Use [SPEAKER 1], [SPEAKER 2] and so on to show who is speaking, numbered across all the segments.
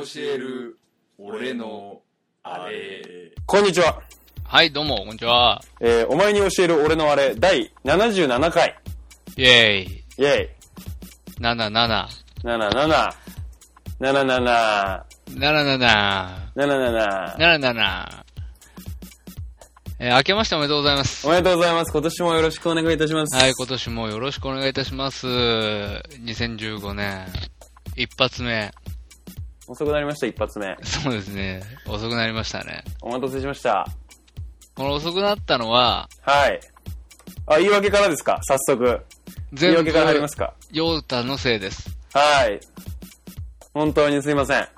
[SPEAKER 1] 教える俺のあれ。
[SPEAKER 2] こんにちは。
[SPEAKER 3] はい、どうも、こんにちは。
[SPEAKER 2] お前に教える俺のあれ、第77回。
[SPEAKER 3] イェーイ。
[SPEAKER 2] イェイ。
[SPEAKER 3] 77。
[SPEAKER 2] 77。77。
[SPEAKER 3] 77。
[SPEAKER 2] 77。
[SPEAKER 3] 77。明けましておめでとうございます。
[SPEAKER 2] おめでとうございます。今年もよろしくお願いいたします。
[SPEAKER 3] はい、今年もよろしくお願いいたします。2015年、一発目。
[SPEAKER 2] 遅くなりました、一発目。
[SPEAKER 3] そうですね。遅くなりましたね。
[SPEAKER 2] お待たせしました。
[SPEAKER 3] この遅くなったのは、
[SPEAKER 2] はい。あ、言い訳からですか、早速。言い訳から入りますか。
[SPEAKER 3] ヨータのせいです。
[SPEAKER 2] はい。本当にすいません。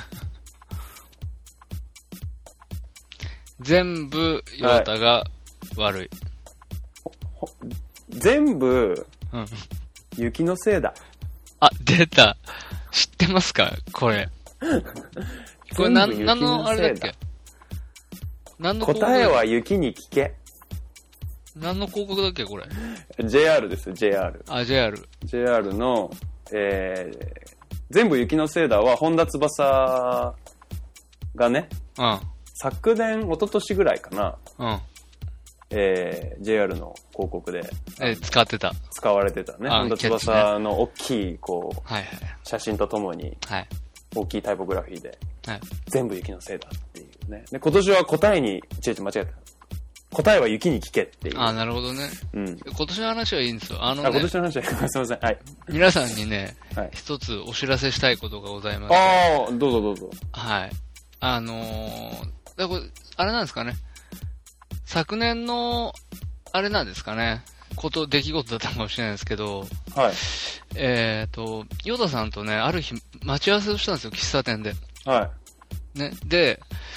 [SPEAKER 3] 全部、ヨータが悪い。
[SPEAKER 2] 全部、
[SPEAKER 3] うん。
[SPEAKER 2] 雪のせいだ。
[SPEAKER 3] あ、出た。知ってますかこれ。これ何のあれだっけ何の
[SPEAKER 2] 答えは雪に聞け。
[SPEAKER 3] 何の広告だっけこれ。
[SPEAKER 2] JR ですよ、JR。
[SPEAKER 3] あ、JR。
[SPEAKER 2] JR の、全部雪のせいだは、本田翼がね、
[SPEAKER 3] うん。
[SPEAKER 2] 昨年、一昨年ぐらいかな、
[SPEAKER 3] うん。
[SPEAKER 2] JR の広告で、
[SPEAKER 3] 使ってた。
[SPEAKER 2] 使われてたね。本田翼の大きい、こう、
[SPEAKER 3] はいはい。
[SPEAKER 2] 写真とともに、
[SPEAKER 3] はい。
[SPEAKER 2] 大きいタイポグラフィーで、
[SPEAKER 3] はい。
[SPEAKER 2] 全部雪のせいだっていうね。で、今年は答えに、間違えた。答えは雪に聞けっていう。
[SPEAKER 3] あ、なるほどね。
[SPEAKER 2] うん。
[SPEAKER 3] 今年の話はいいんですよ。ね、
[SPEAKER 2] 今年の話は、すいません。はい。
[SPEAKER 3] 皆さんにね、
[SPEAKER 2] はい、
[SPEAKER 3] 一つお知らせしたいことがございます。
[SPEAKER 2] ああ、どうぞどうぞ。
[SPEAKER 3] はい。これ、あれなんですかね。昨年の、あれなんですかね。出来事だったかもしれないですけど、
[SPEAKER 2] はい。
[SPEAKER 3] ヨタさんとね、ある日、待ち合わせをしたんですよ、喫茶店で。
[SPEAKER 2] はい。
[SPEAKER 3] ね、で、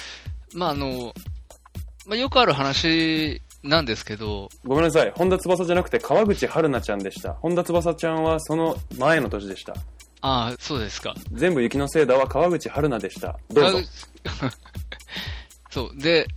[SPEAKER 3] よくある話なんですけど。
[SPEAKER 2] ごめんなさい。本田翼じゃなくて川口春奈ちゃんでした。本田翼ちゃんはその前の年でした。
[SPEAKER 3] ああ、そうですか。
[SPEAKER 2] 全部雪のせいだは川口春奈でした。どうぞ。
[SPEAKER 3] そう。で、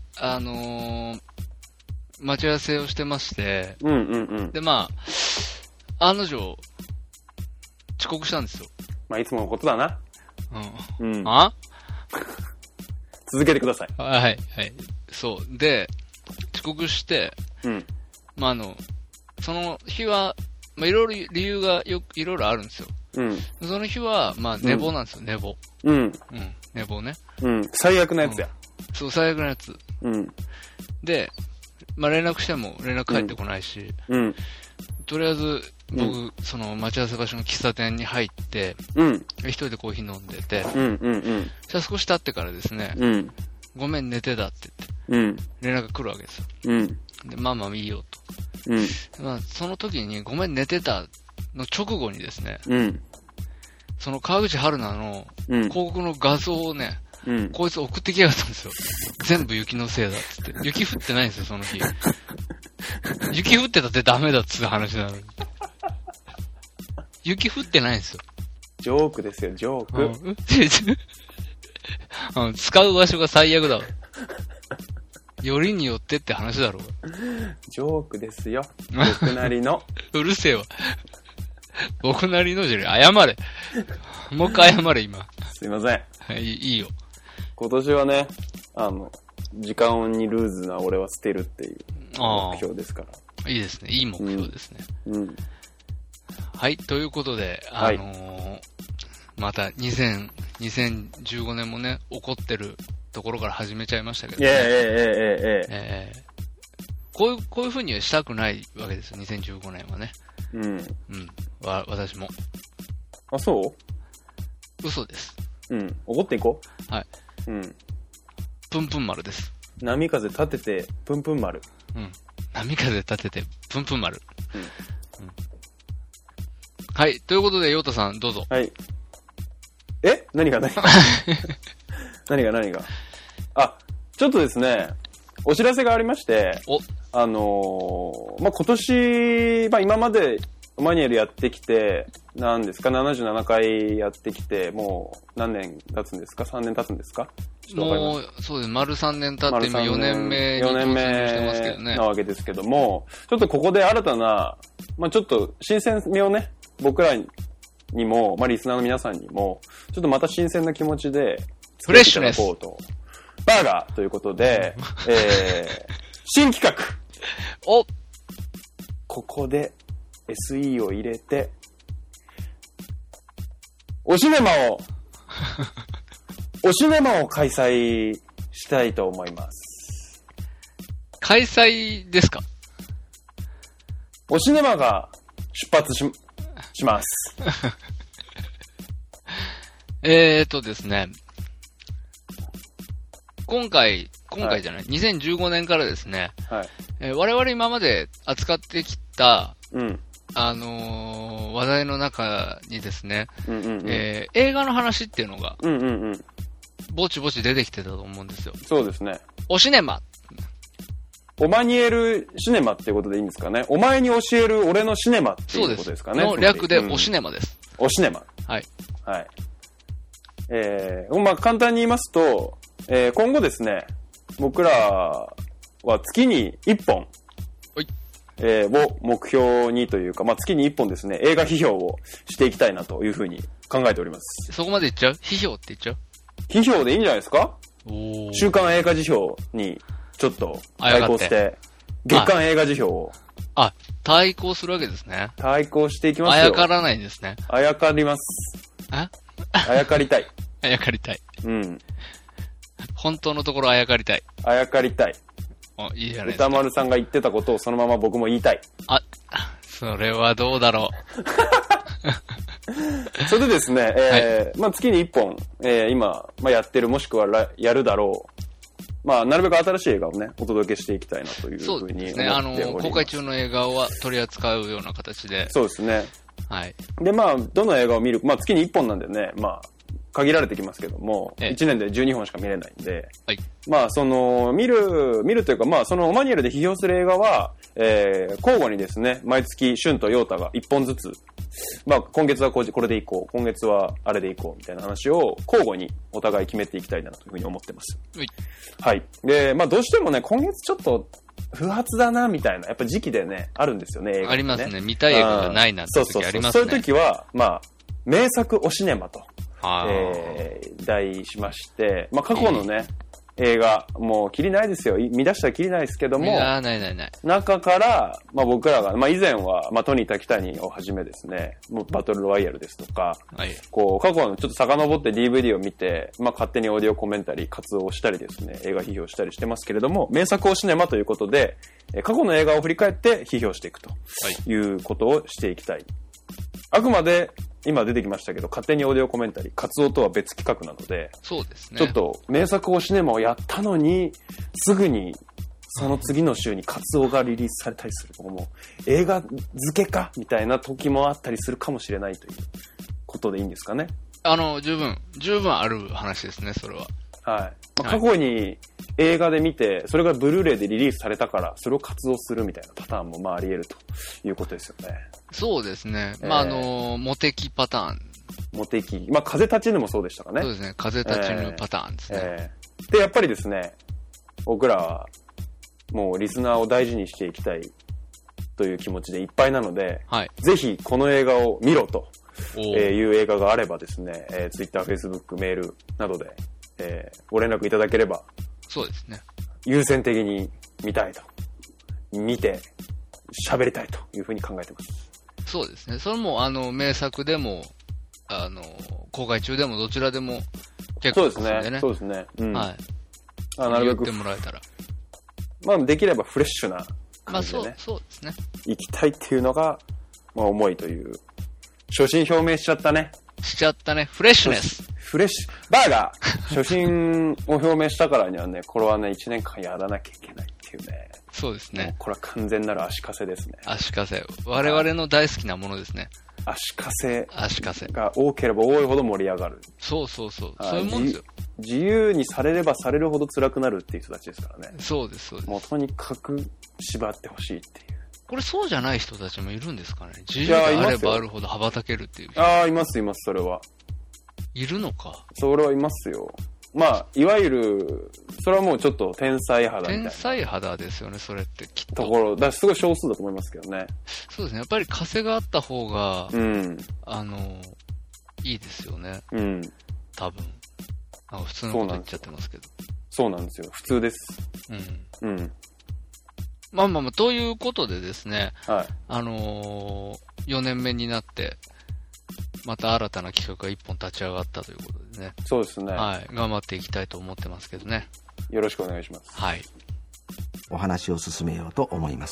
[SPEAKER 3] 待ち合わせをしてまして。
[SPEAKER 2] うんうんうん。
[SPEAKER 3] で、案の定、遅刻したんですよ。
[SPEAKER 2] いつものことだな。
[SPEAKER 3] うん。
[SPEAKER 2] うん。
[SPEAKER 3] あ
[SPEAKER 2] 続けてください。
[SPEAKER 3] はい、はい。そう。で、遅刻して、
[SPEAKER 2] うん。
[SPEAKER 3] その日は、いろいろ理由がいろいろあるんですよ。
[SPEAKER 2] うん。
[SPEAKER 3] その日は、寝坊なんですよ、寝坊。
[SPEAKER 2] うん。
[SPEAKER 3] 寝坊ね。
[SPEAKER 2] うん。最悪なやつや。
[SPEAKER 3] そう、最悪なやつ。
[SPEAKER 2] うん。
[SPEAKER 3] で、連絡しても連絡返ってこないし、
[SPEAKER 2] うん。
[SPEAKER 3] とりあえず、僕、その待ち合わせ場所の喫茶店に入って、
[SPEAKER 2] うん。
[SPEAKER 3] 一人でコーヒー飲んでて、
[SPEAKER 2] うんうんうん。
[SPEAKER 3] じゃあ少し経ってからですね、
[SPEAKER 2] うん。
[SPEAKER 3] ごめん寝てたって
[SPEAKER 2] 言って、
[SPEAKER 3] 連絡が来るわけですよ。
[SPEAKER 2] うん。
[SPEAKER 3] で、いいよと。
[SPEAKER 2] うん。
[SPEAKER 3] その時に、ごめん寝てたの直後にですね、
[SPEAKER 2] うん。
[SPEAKER 3] その川口春奈の広告の画像をね、こいつ送ってきやがったんですよ。全部雪のせいだっつって。雪降ってないんですよ、その日。雪降ってたってダメだっつう話なのに。雪降ってないんですよ。
[SPEAKER 2] ジョークですよ、ジョー
[SPEAKER 3] ク。使う場所が最悪だわ。よりによってって話だろう。
[SPEAKER 2] ジョークですよ。僕なりの。
[SPEAKER 3] うるせえわ。僕なりのじゃねえ、謝れ。もう一回謝れ、今。
[SPEAKER 2] すいません。
[SPEAKER 3] いいよ。
[SPEAKER 2] 今年はね、時間にルーズな俺は捨てるっていう目標ですから。
[SPEAKER 3] いいですね。いい目標ですね。
[SPEAKER 2] うん。
[SPEAKER 3] はい。ということで、また2015年もね、起こってるところから始めちゃいましたけどね。こういう風にはしたくないわけですよ、2015年はね。
[SPEAKER 2] うん。
[SPEAKER 3] 私も。
[SPEAKER 2] あ、そう
[SPEAKER 3] 嘘です。
[SPEAKER 2] うん。怒っていこ
[SPEAKER 3] う。はい。
[SPEAKER 2] うん。
[SPEAKER 3] プンプン丸です。
[SPEAKER 2] 波風立てて、プンプン丸。
[SPEAKER 3] うん。波風立てて、プンプン丸。はい。ということで、ヨータさん、どうぞ。
[SPEAKER 2] はい。何が何があ、ちょっとですね、お知らせがありまして、今年、今までマニュアルやってきて、何ですか、77回やってきて、もう何年経つんですか ?3 年経つんですか？
[SPEAKER 3] もう、そうです。丸3年経って今4年目に
[SPEAKER 2] 4年目
[SPEAKER 3] してますけどね。
[SPEAKER 2] なわけですけども、ちょっとここで新たな、ちょっと新鮮味をね、僕らにも、まあ、リスナーの皆さんにも、ちょっとまた新鮮な気持ちで、
[SPEAKER 3] フレッシュネス。
[SPEAKER 2] バーガーということで、新企画。
[SPEAKER 3] お
[SPEAKER 2] ここで SE を入れて、おシネマを開催したいと思います。
[SPEAKER 3] 開催ですか？
[SPEAKER 2] おシネマが出発します。
[SPEAKER 3] ですね。今回じゃない、2015年からですね、
[SPEAKER 2] はい。
[SPEAKER 3] 我々今まで扱ってきた、
[SPEAKER 2] うん。
[SPEAKER 3] 話題の中にですね、
[SPEAKER 2] うんうんうん。
[SPEAKER 3] 映画の話っていうのが、
[SPEAKER 2] うんうんうん。
[SPEAKER 3] ぼちぼち出てきてたと思うんですよ。
[SPEAKER 2] そうですね。
[SPEAKER 3] おシネマ。
[SPEAKER 2] オマニエルシネマっていうことでいいんですかね。お前に教える俺のシネマっていうことですかね。
[SPEAKER 3] の略でおシネマです。
[SPEAKER 2] おシネマ。
[SPEAKER 3] はい。
[SPEAKER 2] はい。まあ、簡単に言いますと、今後ですね、僕らは月に1本、を目標にというか、まあ、月に1本ですね、映画批評をしていきたいなというふうに考えております。
[SPEAKER 3] そこまで言っちゃう？批評って言っちゃう？
[SPEAKER 2] 批評でいいんじゃないですか？週刊映画辞表にちょっと対抗して、月間映画辞表を。
[SPEAKER 3] 対抗するわけですね。
[SPEAKER 2] 対抗していきますよ。
[SPEAKER 3] あやからないんですね。
[SPEAKER 2] あやかります。あやかりたい。
[SPEAKER 3] あやかりたい。
[SPEAKER 2] うん。
[SPEAKER 3] 本当のところあやかりたい。
[SPEAKER 2] あやかりたい。
[SPEAKER 3] いいじゃないですか。
[SPEAKER 2] 歌丸さんが言ってたことをそのまま僕も言いたい。
[SPEAKER 3] それはどうだろ
[SPEAKER 2] う。それでですね、まあ、月に1本、今、まあ、やってるもしくはやるだろう。まあ、なるべく新しい映画をね、お届けしていきたいなというふうに思っております。そうですね。
[SPEAKER 3] 公開中の映画は取り扱うような形で。
[SPEAKER 2] そうですね。
[SPEAKER 3] はい。
[SPEAKER 2] で、まあ、どの映画を見る、まあ、月に1本なんでね、まあ、限られてきますけども、1年で12本しか見れないんで、
[SPEAKER 3] はい。
[SPEAKER 2] まあ、見るというか、まあ、そのオマニエルで批評する映画は、交互にですね、毎月、春と陽太が1本ずつ、まあ、今月はこれでいこう、今月はあれでいこう、みたいな話を交互にお互い決めていきたいなというふうに思ってます。
[SPEAKER 3] はい。
[SPEAKER 2] はい。で、まあ、どうしてもね、今月ちょっと、不発だな、みたいな、やっぱ時期でね、あるんですよね、映画、ね。
[SPEAKER 3] ありますね。見たい映画がないなんて時ありますね。
[SPEAKER 2] そういう時は、まあ、名作おシネマと。題しまして、まあ、過去のね、映画、もう、きりないですよ。見出したらきりないですけども、
[SPEAKER 3] ない。
[SPEAKER 2] 中から、まあ、僕らが、まあ、以前は、まあ、トニー・タキタニをはじめですね、もうバトルロワイヤルですとか、
[SPEAKER 3] はい、
[SPEAKER 2] こう、過去のちょっと遡って DVD を見て、まあ、勝手にオーディオコメンタリー活動をしたりですね、映画批評したりしてますけれども、名作おシネマということで、過去の映画を振り返って批評していくということをしていきたい。あくまで、今出てきましたけど、勝手にオーディオコメンタリー、活動とは別企画なので、
[SPEAKER 3] そうですね。
[SPEAKER 2] ちょっと名作おシネマをやったのに、すぐにその次の週に活動がリリースされたりする。もう映画付けかみたいな時もあったりするかもしれないということでいいんですかね。
[SPEAKER 3] 十分ある話ですね、それは。
[SPEAKER 2] はい。まあ、過去に映画で見て、それがブルーレイでリリースされたから、それを活動するみたいなパターンもまああり得るということですよね。
[SPEAKER 3] そうですね。まあモテキパターン。
[SPEAKER 2] モテキ。まあ風立ちぬもそうでしたかね。
[SPEAKER 3] そうですね。風立ちぬパターンですね。
[SPEAKER 2] で、やっぱりですね、僕らはもうリスナーを大事にしていきたいという気持ちでいっぱいなので、
[SPEAKER 3] はい、
[SPEAKER 2] ぜひこの映画を見ろという映画があればですね、Twitter、Facebook、メールなどで、ご連絡いただければ、
[SPEAKER 3] そうですね。
[SPEAKER 2] 優先的に見たいと。見て、喋りたいというふうに考えてます。
[SPEAKER 3] そうですね。それも、名作でも、公開中でもどちらでも結構ですね。
[SPEAKER 2] そうですね。うん。
[SPEAKER 3] はい。
[SPEAKER 2] なるべく。
[SPEAKER 3] 言ってもらえたら。
[SPEAKER 2] まあ、できればフレッシュな感じでね。
[SPEAKER 3] まあ、そうですね。
[SPEAKER 2] 行きたいっていうのが、まあ、思いという。初心表明しちゃったね。
[SPEAKER 3] しちゃったね。フレッシュネス。
[SPEAKER 2] フレッシュ。バーガー初心を表明したからにはね、これはね、1年間やらなきゃいけないっていうね。
[SPEAKER 3] そうですね。
[SPEAKER 2] これは完全なる足かせですね。
[SPEAKER 3] 足かせ。我々の大好きなものですね。
[SPEAKER 2] 足かせ。
[SPEAKER 3] 足かせ。
[SPEAKER 2] が多ければ多いほど盛り上がる。
[SPEAKER 3] そう。そういうもんですよ。
[SPEAKER 2] 自由にされればされるほど辛くなるっていう人たちですからね。
[SPEAKER 3] そうです。
[SPEAKER 2] もうとにかく縛ってほしいっていう。
[SPEAKER 3] これそうじゃない人たちもいるんですかね。自由があればあるほど羽ばたけるっていう。
[SPEAKER 2] ああ、います、それは。
[SPEAKER 3] いるのか。
[SPEAKER 2] それはいますよ。 まあ、いわゆる、それはもうちょっと天才肌みたいな。
[SPEAKER 3] 天才肌ですよね、それってきっと。
[SPEAKER 2] ところ、すごい少数だと思いますけどね。
[SPEAKER 3] そうですね。やっぱり風があった方が、
[SPEAKER 2] うん。
[SPEAKER 3] いいですよね。
[SPEAKER 2] うん。
[SPEAKER 3] 多分。なんか普通のこと言っちゃってますけど。
[SPEAKER 2] そうなんですよ。普通です。
[SPEAKER 3] うん。
[SPEAKER 2] うん。
[SPEAKER 3] まあ、ということでですね。
[SPEAKER 2] はい。
[SPEAKER 3] 4年目になって、また新たな企画が1本立ち上がったということでね。
[SPEAKER 2] そうですね。
[SPEAKER 3] はい。頑張っていきたいと思ってますけどね。
[SPEAKER 2] よろしくお願いします。
[SPEAKER 3] はい。
[SPEAKER 4] お話を進めようと思います。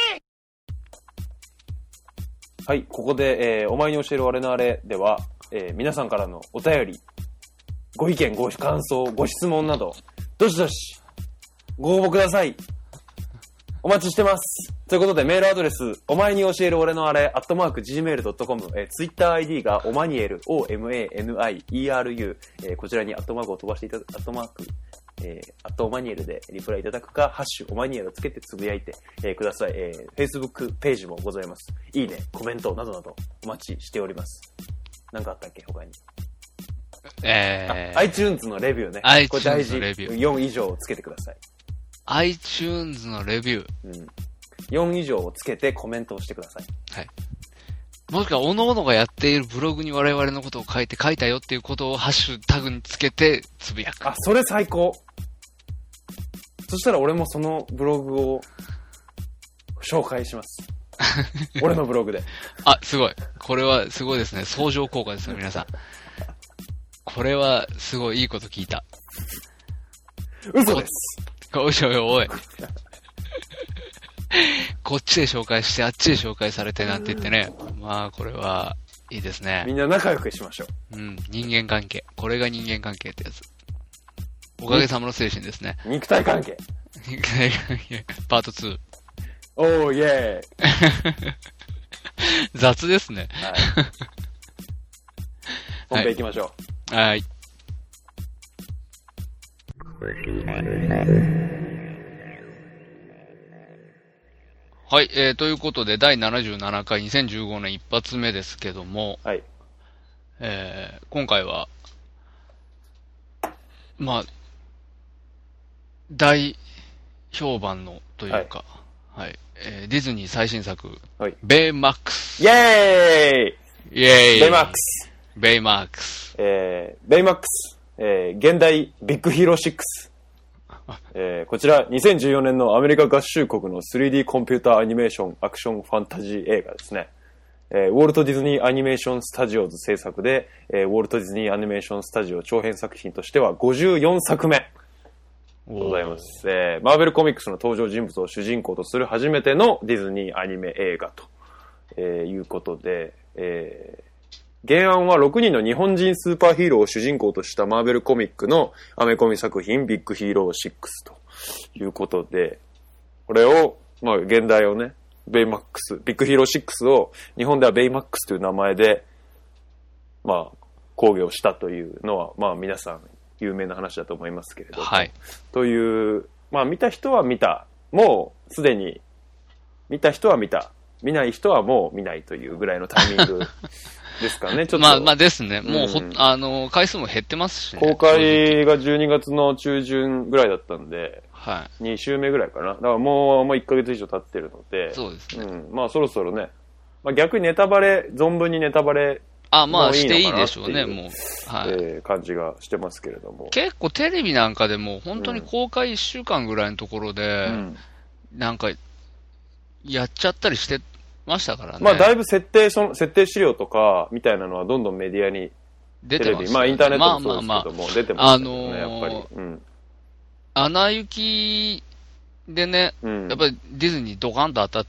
[SPEAKER 2] はい、ここで、お前に教える我のあれでは、皆さんからのお便り、ご意見、ご感想、ご質問など、どしどしご応募ください。お待ちしてます。ということでメールアドレス、お前に教える俺のあれ、@gmail.com、Twitter ID がおまにえる、OMANIERU、こちらにアットマークを飛ばしていただく、アットオマニエルでリプライいただくか、ハッシュオマニエルをつけてつぶやいて、ください。Facebook ページもございます。いいね、コメントなどなどお待ちしております。なんかあったっけ他に。iTunes のレビューね。これ大事。4以上をつけてください。
[SPEAKER 3] iTunes のレビュー。
[SPEAKER 2] うん。4以上をつけてコメントをしてください。
[SPEAKER 3] はい。もしくは、各々がやっているブログに我々のことを書いたよっていうことをハッシュタグにつけてつぶやく。
[SPEAKER 2] あ、それ最高。そしたら俺もそのブログを紹介します。俺のブログで。
[SPEAKER 3] あ、すごい。これはすごいですね。相乗効果ですね、皆さん。これはすごいいいこと聞いた。
[SPEAKER 2] 嘘です。
[SPEAKER 3] おい。こっちで紹介して、あっちで紹介されてなんて言ってね。まあ、これはいいですね。
[SPEAKER 2] みんな仲良くしましょ
[SPEAKER 3] う。うん、人間関係。これが人間関係ってやつ。おかげさまの精神ですね。
[SPEAKER 2] 肉体関係。
[SPEAKER 3] 肉体関係。パート2。
[SPEAKER 2] おー、イェーイ。
[SPEAKER 3] 雑ですね。
[SPEAKER 2] はい。本編行きましょ
[SPEAKER 3] う。はい。はい、ということで、第77回2015年一発目ですけども、
[SPEAKER 2] はい。
[SPEAKER 3] 今回は、まあ、大評判のというか、はい、ディズニー最新作、
[SPEAKER 2] はい、
[SPEAKER 3] ベイマックス。
[SPEAKER 2] イェーイベイマックス。
[SPEAKER 3] ベイマックス。
[SPEAKER 2] ベイマックス。現代ビッグヒーロー6。こちら2014年のアメリカ合衆国の 3D コンピューターアニメーションアクションファンタジー映画ですね。ウォルト・ディズニー・アニメーション・スタジオズ制作で、ウォルト・ディズニー・アニメーション・スタジオ長編作品としては54作目でございます。マーベルコミックスの登場人物を主人公とする初めてのディズニーアニメ映画と、いうことで、原案は6人の日本人スーパーヒーローを主人公としたマーベルコミックのアメコミ作品ビッグヒーロー6ということで、これを、まあ現代をね、ベイマックス、ビッグヒーロー6を日本ではベイマックスという名前で、まあ興行したというのは、まあ皆さん有名な話だと思いますけれども、
[SPEAKER 3] はい。
[SPEAKER 2] という、まあ見た人は見た、もうすでに見た人は見た、見ない人はもう見ないというぐらいのタイミングですかね、ちょっと。
[SPEAKER 3] まあですね。もう回数も減ってますしね。
[SPEAKER 2] 公開が12月の中旬ぐらいだったんで、
[SPEAKER 3] はい。
[SPEAKER 2] 2週目ぐらいかな。だからもう1ヶ月以上経ってるので、
[SPEAKER 3] そうですね。
[SPEAKER 2] まあそろそろね、まあ逆にネタバレ、存分にネタバレ、
[SPEAKER 3] まあしていいでしょうね、もう。
[SPEAKER 2] はい。感じがしてますけれども。
[SPEAKER 3] 結構テレビなんかでも、本当に公開1週間ぐらいのところで、なんか、やっちゃったりしてましたからね。
[SPEAKER 2] まあだいぶ設定資料とかみたいなのはどんどんメディアに
[SPEAKER 3] 出てます、ね。
[SPEAKER 2] まあインターネットもそうですけども、出てますね、やっぱり。
[SPEAKER 3] アナ雪でね、やっぱりディズニードカンと当たって、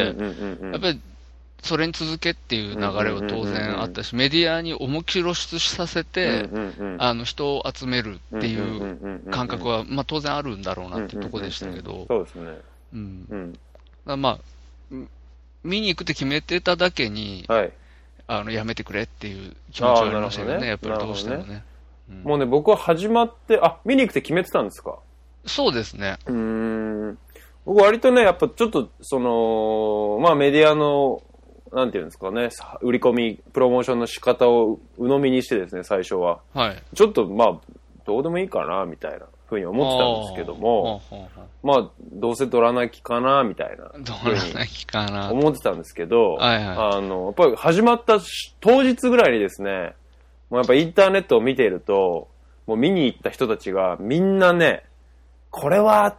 [SPEAKER 3] やっぱりそれに続けっていう流れは当然あったし、メディアに思いっきり露出させて、人を集めるっていう感覚は、まあ当然あるんだろうなっていうところでしたけど、
[SPEAKER 2] そうですね。
[SPEAKER 3] まあ、見に行くって決めてただけに、
[SPEAKER 2] はい、
[SPEAKER 3] やめてくれっていう気持ちはありましたよね、やっぱりどうしてもね。
[SPEAKER 2] もうね、僕は始まって、見に行くって決めてたんですか？
[SPEAKER 3] そうですね。
[SPEAKER 2] 僕割とね、やっぱちょっと、まあメディアの、なんていうんですかね、売り込み、プロモーションの仕方を鵜呑みにしてですね、最初は。
[SPEAKER 3] はい。
[SPEAKER 2] ちょっと、まあ、 どうでもいいかなみたいなふうに思ってたんですけども、まあどうせドラ泣きかなみたいな
[SPEAKER 3] ドラ泣きかな
[SPEAKER 2] 思ってたんですけど、
[SPEAKER 3] はいはい、
[SPEAKER 2] やっぱり始まった当日ぐらいにですね、もうやっぱインターネットを見ていると、もう見に行った人たちがみんなね、これは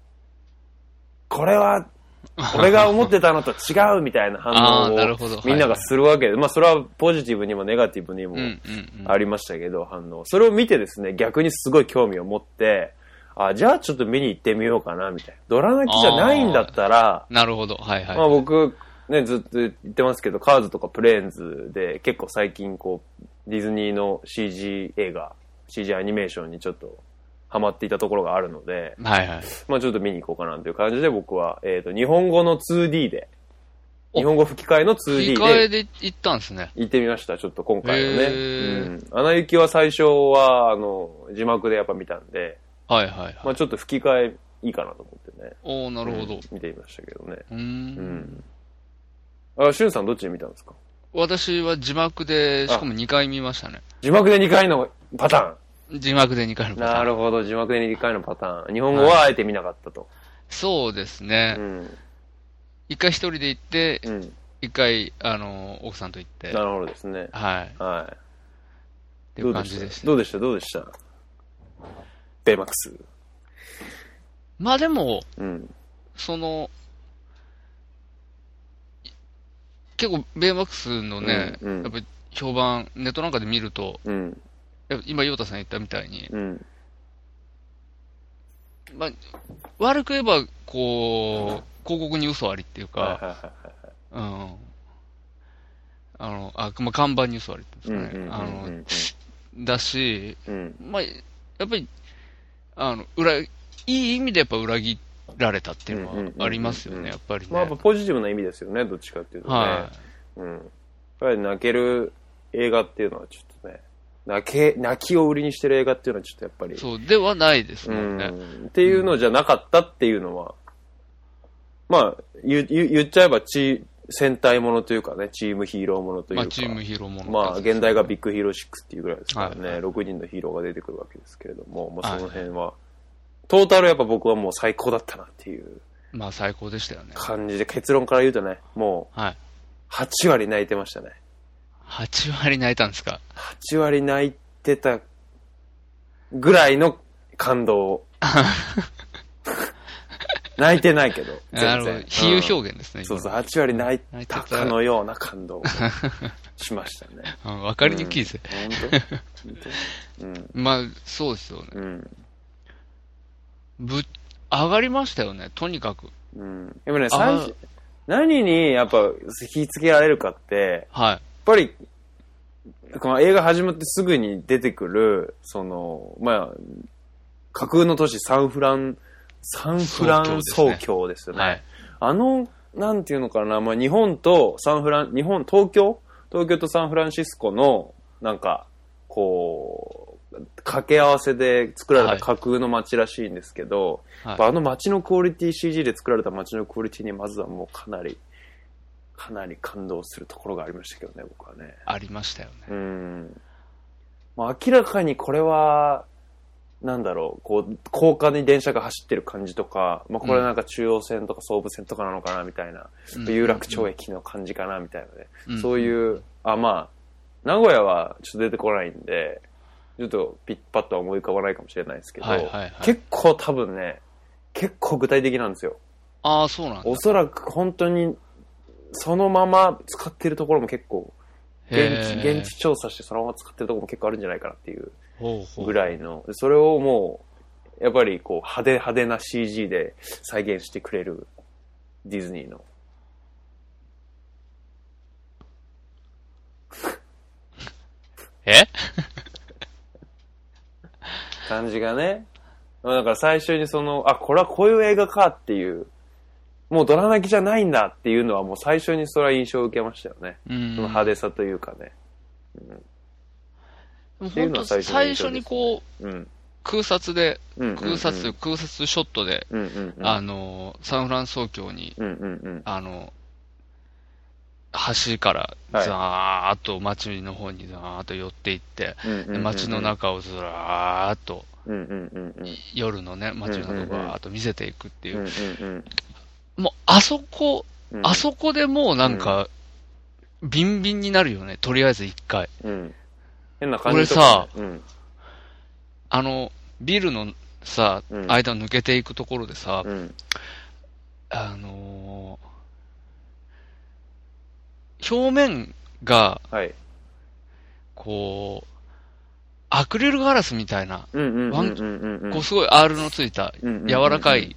[SPEAKER 2] 俺が思ってたのと違うみたいな反応をみんながするわけで、まあそれはポジティブにもネガティブにもありましたけど、反応。それを見てですね、逆にすごい興味を持って、じゃあちょっと見に行ってみようかなみたいな。ドラ泣きじゃないんだったら、
[SPEAKER 3] なるほど。はいはい。
[SPEAKER 2] まあ僕ね、ずっと言ってますけど、カーズとかプレーンズで結構最近こう、ディズニーの CG 映画、CG アニメーションにちょっとハマっていたところがあるので、
[SPEAKER 3] はいはい。
[SPEAKER 2] まあちょっと見に行こうかなという感じで僕は、日本語の 2D で、日本語吹き替えの 2D で。
[SPEAKER 3] 吹き替えで行ったんですね。
[SPEAKER 2] 行ってみました、ちょっと今回はね。アナ雪は最初は、字幕でやっぱ見たんで、
[SPEAKER 3] はいはいはい。
[SPEAKER 2] まあちょっと吹き替えいいかなと思ってね。
[SPEAKER 3] おー、なるほど。
[SPEAKER 2] 見てみましたけどね。しゅんさんどっちで見たんですか？
[SPEAKER 3] 私は字幕で、しかも2回見ましたね。
[SPEAKER 2] 字幕で2回のパタ
[SPEAKER 3] ーン？字幕で2回のパターン。
[SPEAKER 2] なるほど、字幕で2回のパターン。日本語はあえて見なかったと。
[SPEAKER 3] そうですね。1回一人で行って、1回、奥さんと行って。
[SPEAKER 2] なるほどですね。
[SPEAKER 3] はい。
[SPEAKER 2] はい。
[SPEAKER 3] っていう感じでした。
[SPEAKER 2] どうでしたベイマックス。
[SPEAKER 3] まあでも、結構ベイマックスのね、やっぱり評判、ネットなんかで見ると、今、ヨータさん言ったみたいに、まあ、悪く言えば、こう、広告に嘘ありっていうか、まあ、看板に嘘ありっていうんですかね。だし、まあ、やっぱり、いい意味でやっぱ裏切られたっていうのはありますよね、やっぱりね。
[SPEAKER 2] まあ、ポジティブな意味ですよね、どっちかっていうとね。やっぱり泣ける映画っていうのはちょっとね、泣きを売りにしてる映画っていうのはちょっとやっぱり。
[SPEAKER 3] そうではないですもんね。
[SPEAKER 2] っていうのじゃなかったっていうのは、まあ、言っちゃえば戦隊ものというかね、チームヒーローものというか。まあ、
[SPEAKER 3] チームヒーローもの。
[SPEAKER 2] まあ、現代がビッグヒーロー6っていうぐらいですからね、6人のヒーローが出てくるわけですけれども、まあ、その辺は、トータルやっぱ僕はもう最高だったなっていう。
[SPEAKER 3] まあ、最高でしたよね。
[SPEAKER 2] 感じで、結論から言うとね、もう、8割泣いてましたね。
[SPEAKER 3] 8割泣いたんですか
[SPEAKER 2] ？8割泣いてたぐらいの感動。泣いてないけど。
[SPEAKER 3] なるほど。比喩表現ですね。
[SPEAKER 2] そうそう、8割泣いたかのような感動をしましたね。
[SPEAKER 3] わかりにくいですね。本当？まあ、そうですよね。上がりましたよね、とにかく。
[SPEAKER 2] でもね、何にやっぱ引きつけられるかって、やっぱり、この映画始まってすぐに出てくる、まあ、架空の都市サンフラン総教ですよね。なんていうのかな、まあ、東京とサンフランシスコの、なんか、こう、掛け合わせで作られた架空の街らしいんですけど、街のクオリティ CG で作られた街のクオリティにまずはもうかなり感動するところがありましたけどね、僕はね。
[SPEAKER 3] ありましたよね。
[SPEAKER 2] まあ、明らかにこれは、なんだろう、こう、高架に電車が走ってる感じとか、まあ、これなんか中央線とか総武線とかなのかな、みたいな、有楽町駅の感じかな、みたいなね。そういう、まあ、名古屋はちょっと出てこないんで、ちょっとピッパッとは思い浮かばないかもしれないですけど、結構多分ね、結構具体的なんですよ。
[SPEAKER 3] ああ、そうなんだ。
[SPEAKER 2] おそらく本当に、そのまま使ってるところも結構、現地調査してそのまま使ってるところも結構あるんじゃないかなっていうぐらいの、それをもう、やっぱりこう派手な CG で再現してくれるディズニーの。感じがね。だから最初にこれはこういう映画かっていう、もうドラ泣きじゃないんだっていうのはもう最初にそれは印象を受けましたよね。その派手さというかね。
[SPEAKER 3] 本当最初にこう、空撮ショットで、サンフラン総教に、 橋からザーッと街の方にザーッと寄っていって、街の中をずらーっと、夜のね、街の中をバーッと見せていくっていう。もう、あそこでもうなんか、ビンビンになるよね、とりあえず一回。
[SPEAKER 2] 変な感じ。
[SPEAKER 3] 俺さ、ビルのさ、間を抜けていくところでさ、表面が、こう、アクリルガラスみたいな、こうすごい R のついた、柔らかい、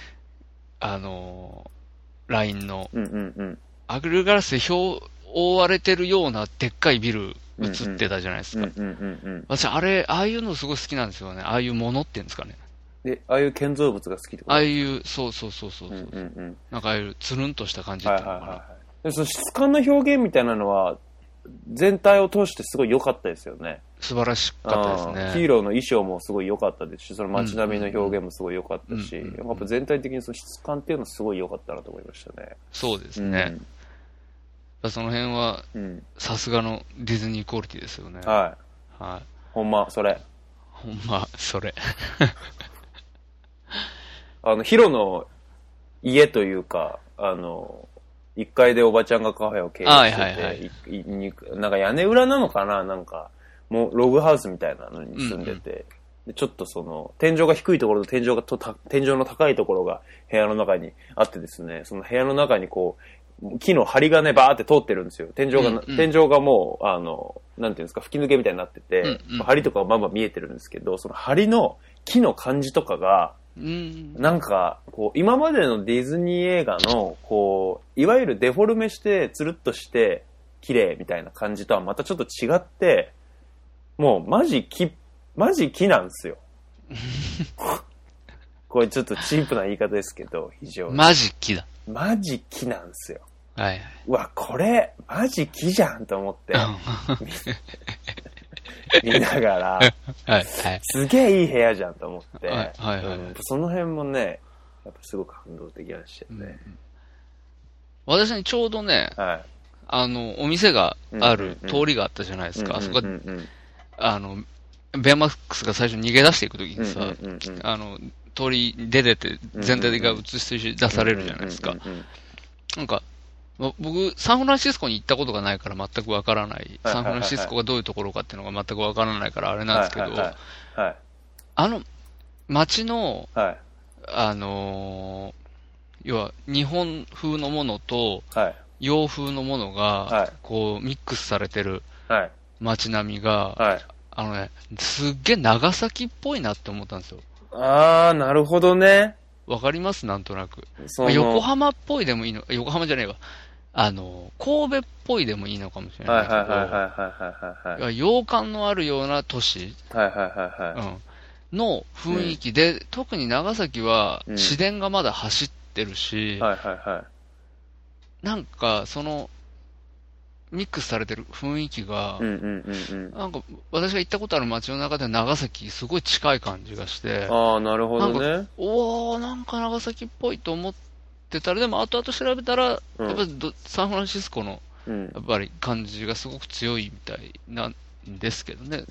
[SPEAKER 3] ラインの、アクリルガラスで覆われてるようなでっかいビル映ってたじゃないですか。私、ああいうのすごい好きなんですよね。ああいうものっていうんですかね。
[SPEAKER 2] で、ああいう建造物が好きってこと？
[SPEAKER 3] ああいう、そう。なんかああいうつるんとした感じっていうのかな。
[SPEAKER 2] で、その質感の表現みたいなのは、全体を通してすごい良かったですよね。
[SPEAKER 3] 素晴らしかったですね。
[SPEAKER 2] ヒーローの衣装もすごい良かったですし、その街並みの表現もすごい良かったし、やっぱ全体的にその質感っていうのはすごい良かったなと思いましたね。
[SPEAKER 3] そうですね。その辺は、さすがのディズニークオリティですよね。ほんま、それ。ヒロの家というか、1階でおばちゃんがカフェを経営してて、なんか屋根裏なのかな、なんか、もうログハウスみたいなのに住んでて、でちょっとその、天井が低いところと天井の高いところが部屋の中にあってですね、その部屋の中にこう、木の梁がね、バーって通ってるんですよ。天井がもう、なんていうんですか、吹き抜けみたいになってて、梁とかはまあまあ見えてるんですけど、その梁の木の感じとかが、なんか、こう、今までのディズニー映画の、こう、いわゆるデフォルメして、つるっとして、綺麗みたいな感じとはまたちょっと違って、もう、マジ木なんですよ。これちょっとチープな言い方ですけど、非常に。 マジ木だ。
[SPEAKER 2] マジ木なんですよ。
[SPEAKER 3] はい。
[SPEAKER 2] うわ、これ、マジ木じゃんと思って。見ながら、すげえいい部屋じゃんと思って、その辺もね、やっぱすごく感動的でしたよね。
[SPEAKER 3] 私にちょうどね、お店がある通りがあったじゃないですか。あそこベアマックスが最初逃げ出していくときにさ、通り出てて全体が映し出されるじゃないですか。なんか、僕、サンフランシスコに行ったことがないから全くわからない。サンフランシスコがどういうところかっていうのが全くわからないからあれなんですけど、街の、要は日本風のものと、洋風のものが、こう、ミックスされてる街並みが、すっげえ長崎っぽいなって思ったんですよ。
[SPEAKER 2] なるほどね。
[SPEAKER 3] わかりますなんとなく。横浜っぽいでもいいの、横浜じゃねえわ。神戸っぽいでもいいのかもしれないけど、洋館のあるような都市の雰囲気で、特に長崎は市電がまだ走ってるし、なんかそのミックスされてる雰囲気が、なんか私が行ったことある街の中では長崎すごい近い感じがして、
[SPEAKER 2] なるほどね。
[SPEAKER 3] なんか長崎っぽいと思ってたら、でも後々調べたら、やっぱりサンフランシスコのやっぱり感じがすごく強いみたいなんですけどね。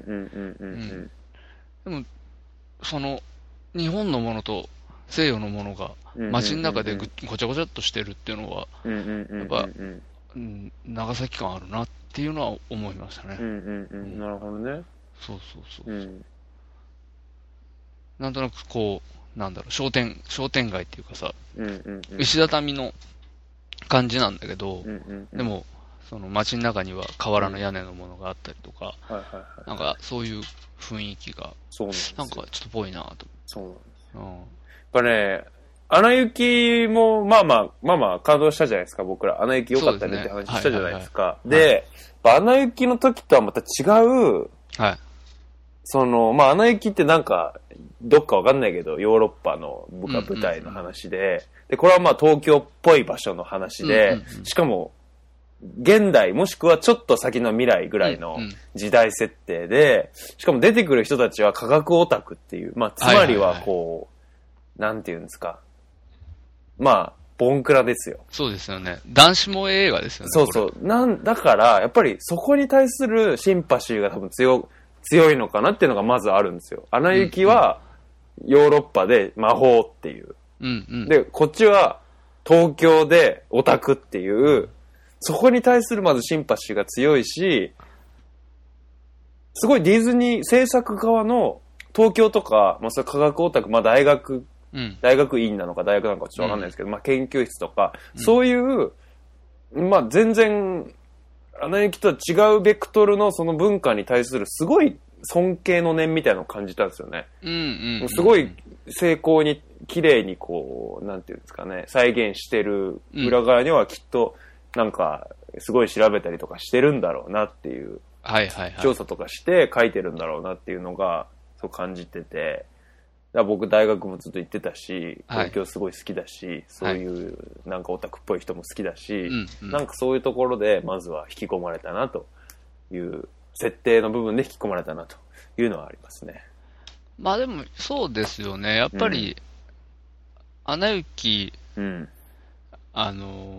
[SPEAKER 3] でもその日本のものと西洋のものが街の中でごちゃごちゃっとしてるっていうのは、やっぱ長崎感あるなっていうのは思いましたね。
[SPEAKER 2] なるほどね。
[SPEAKER 3] そう。なんとなくこう、なんだろう、商店街っていうかさ、石畳の感じなんだけど、でも、その街の中には瓦の屋根のものがあったりとか、なんかそういう雰囲気が、なんかちょっとぽいなと。
[SPEAKER 2] そうなんです。やっぱね、アナ雪も、まあまあ感動したじゃないですか、僕ら。アナ雪良かったねって話したじゃないですか。で、アナ雪の時とはまた違う、その、アナ雪ってなんか、どっかわかんないけど、ヨーロッパの舞台の話で、で、これは東京っぽい場所の話で、しかも、現代もしくはちょっと先の未来ぐらいの時代設定で、しかも出てくる人たちは科学オタクっていう、つまりはこう、なんていうんですか。 ボンクラですよ。
[SPEAKER 3] そうですよね。男子萌え映画ですよね。
[SPEAKER 2] そうそう。だから、やっぱりそこに対するシンパシーが多分強いのかなっていうのがまずあるんですよ。アナ雪はヨーロッパで魔法っていう。
[SPEAKER 3] うんうん、
[SPEAKER 2] で、こっちは東京でオタクっていう、そこに対するまずシンパシーが強いし、すごいディズニー制作側の東京とか、まあそれ科学オタク、まあ大学院なのか大学なのかちょっとわかんないですけど、まあ研究室とか、そういう、まあ全然、アナ雪とは違うベクトルのその文化に対するすごい尊敬の念みたいなのを感じたんですよね。すごい精巧に綺麗にこう、なんていうんですかね、再現してる裏側にはきっとなんかすごい調べたりとかしてるんだろうなっていう、調査とかして書いてるんだろうなっていうのがそう感じてて、だから僕大学もずっと行ってたし、東京すごい好きだし、そういうなんかオタクっぽい人も好きだし、なんかそういうところでまずは引き込まれたなという設定の部分で引き込まれたなというのはありますね。
[SPEAKER 3] まあでもそうですよね。やっぱり、アナ雪、は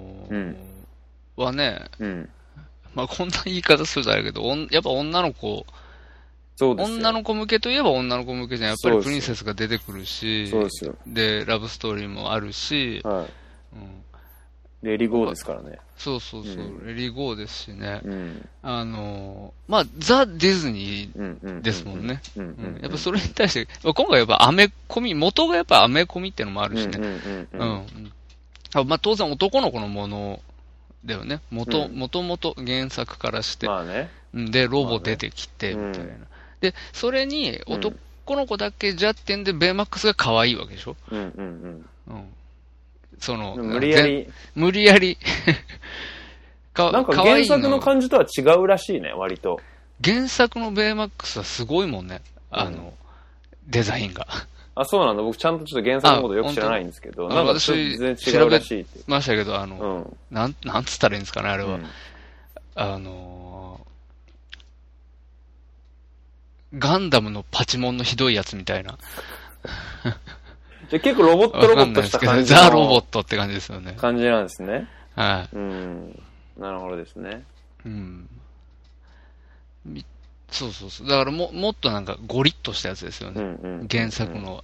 [SPEAKER 3] ね、まあこんな言い方するとあれだけど、やっぱ女の子、女の子向けといえば女の子向けじゃん。やっぱりプリンセスが出てくるし、で、ラブストーリーもあるし、
[SPEAKER 2] レリゴーですからね。
[SPEAKER 3] そうそうそう、レリゴーですしね。まあ、ザ・ディズニーですもんね。やっぱそれに対して、今回やっぱアメコミ、元がやっぱアメコミっていうのもあるしね。まあ当然男の子のものだよね。もともと原作からして。
[SPEAKER 2] まあね。
[SPEAKER 3] で、ロボ出てきて、みたいな。で、それに男の子だけじゃってんで、ベイマックスが可愛いわけでしょ。その、
[SPEAKER 2] 無理やり。なんか原作の感じとは違うらしいね、割と。
[SPEAKER 3] 原作のベイマックスはすごいもんね。デザインが。
[SPEAKER 2] あ、そうなんだ。僕ちゃんとちょっと原作のことよく知らないんですけど、なんか全然違うらしいって。
[SPEAKER 3] ましたけど、なんつったらいいんですかね、あれは。ガンダムのパチモンのひどいやつみたいな。
[SPEAKER 2] じゃ結構ロボットした感じの。
[SPEAKER 3] ザ・ロボットって感じですよね。
[SPEAKER 2] 感じなんですね。
[SPEAKER 3] はい。
[SPEAKER 2] なるほどですね。
[SPEAKER 3] そうそうそう。だからもっとなんかゴリッとしたやつですよね。原作の。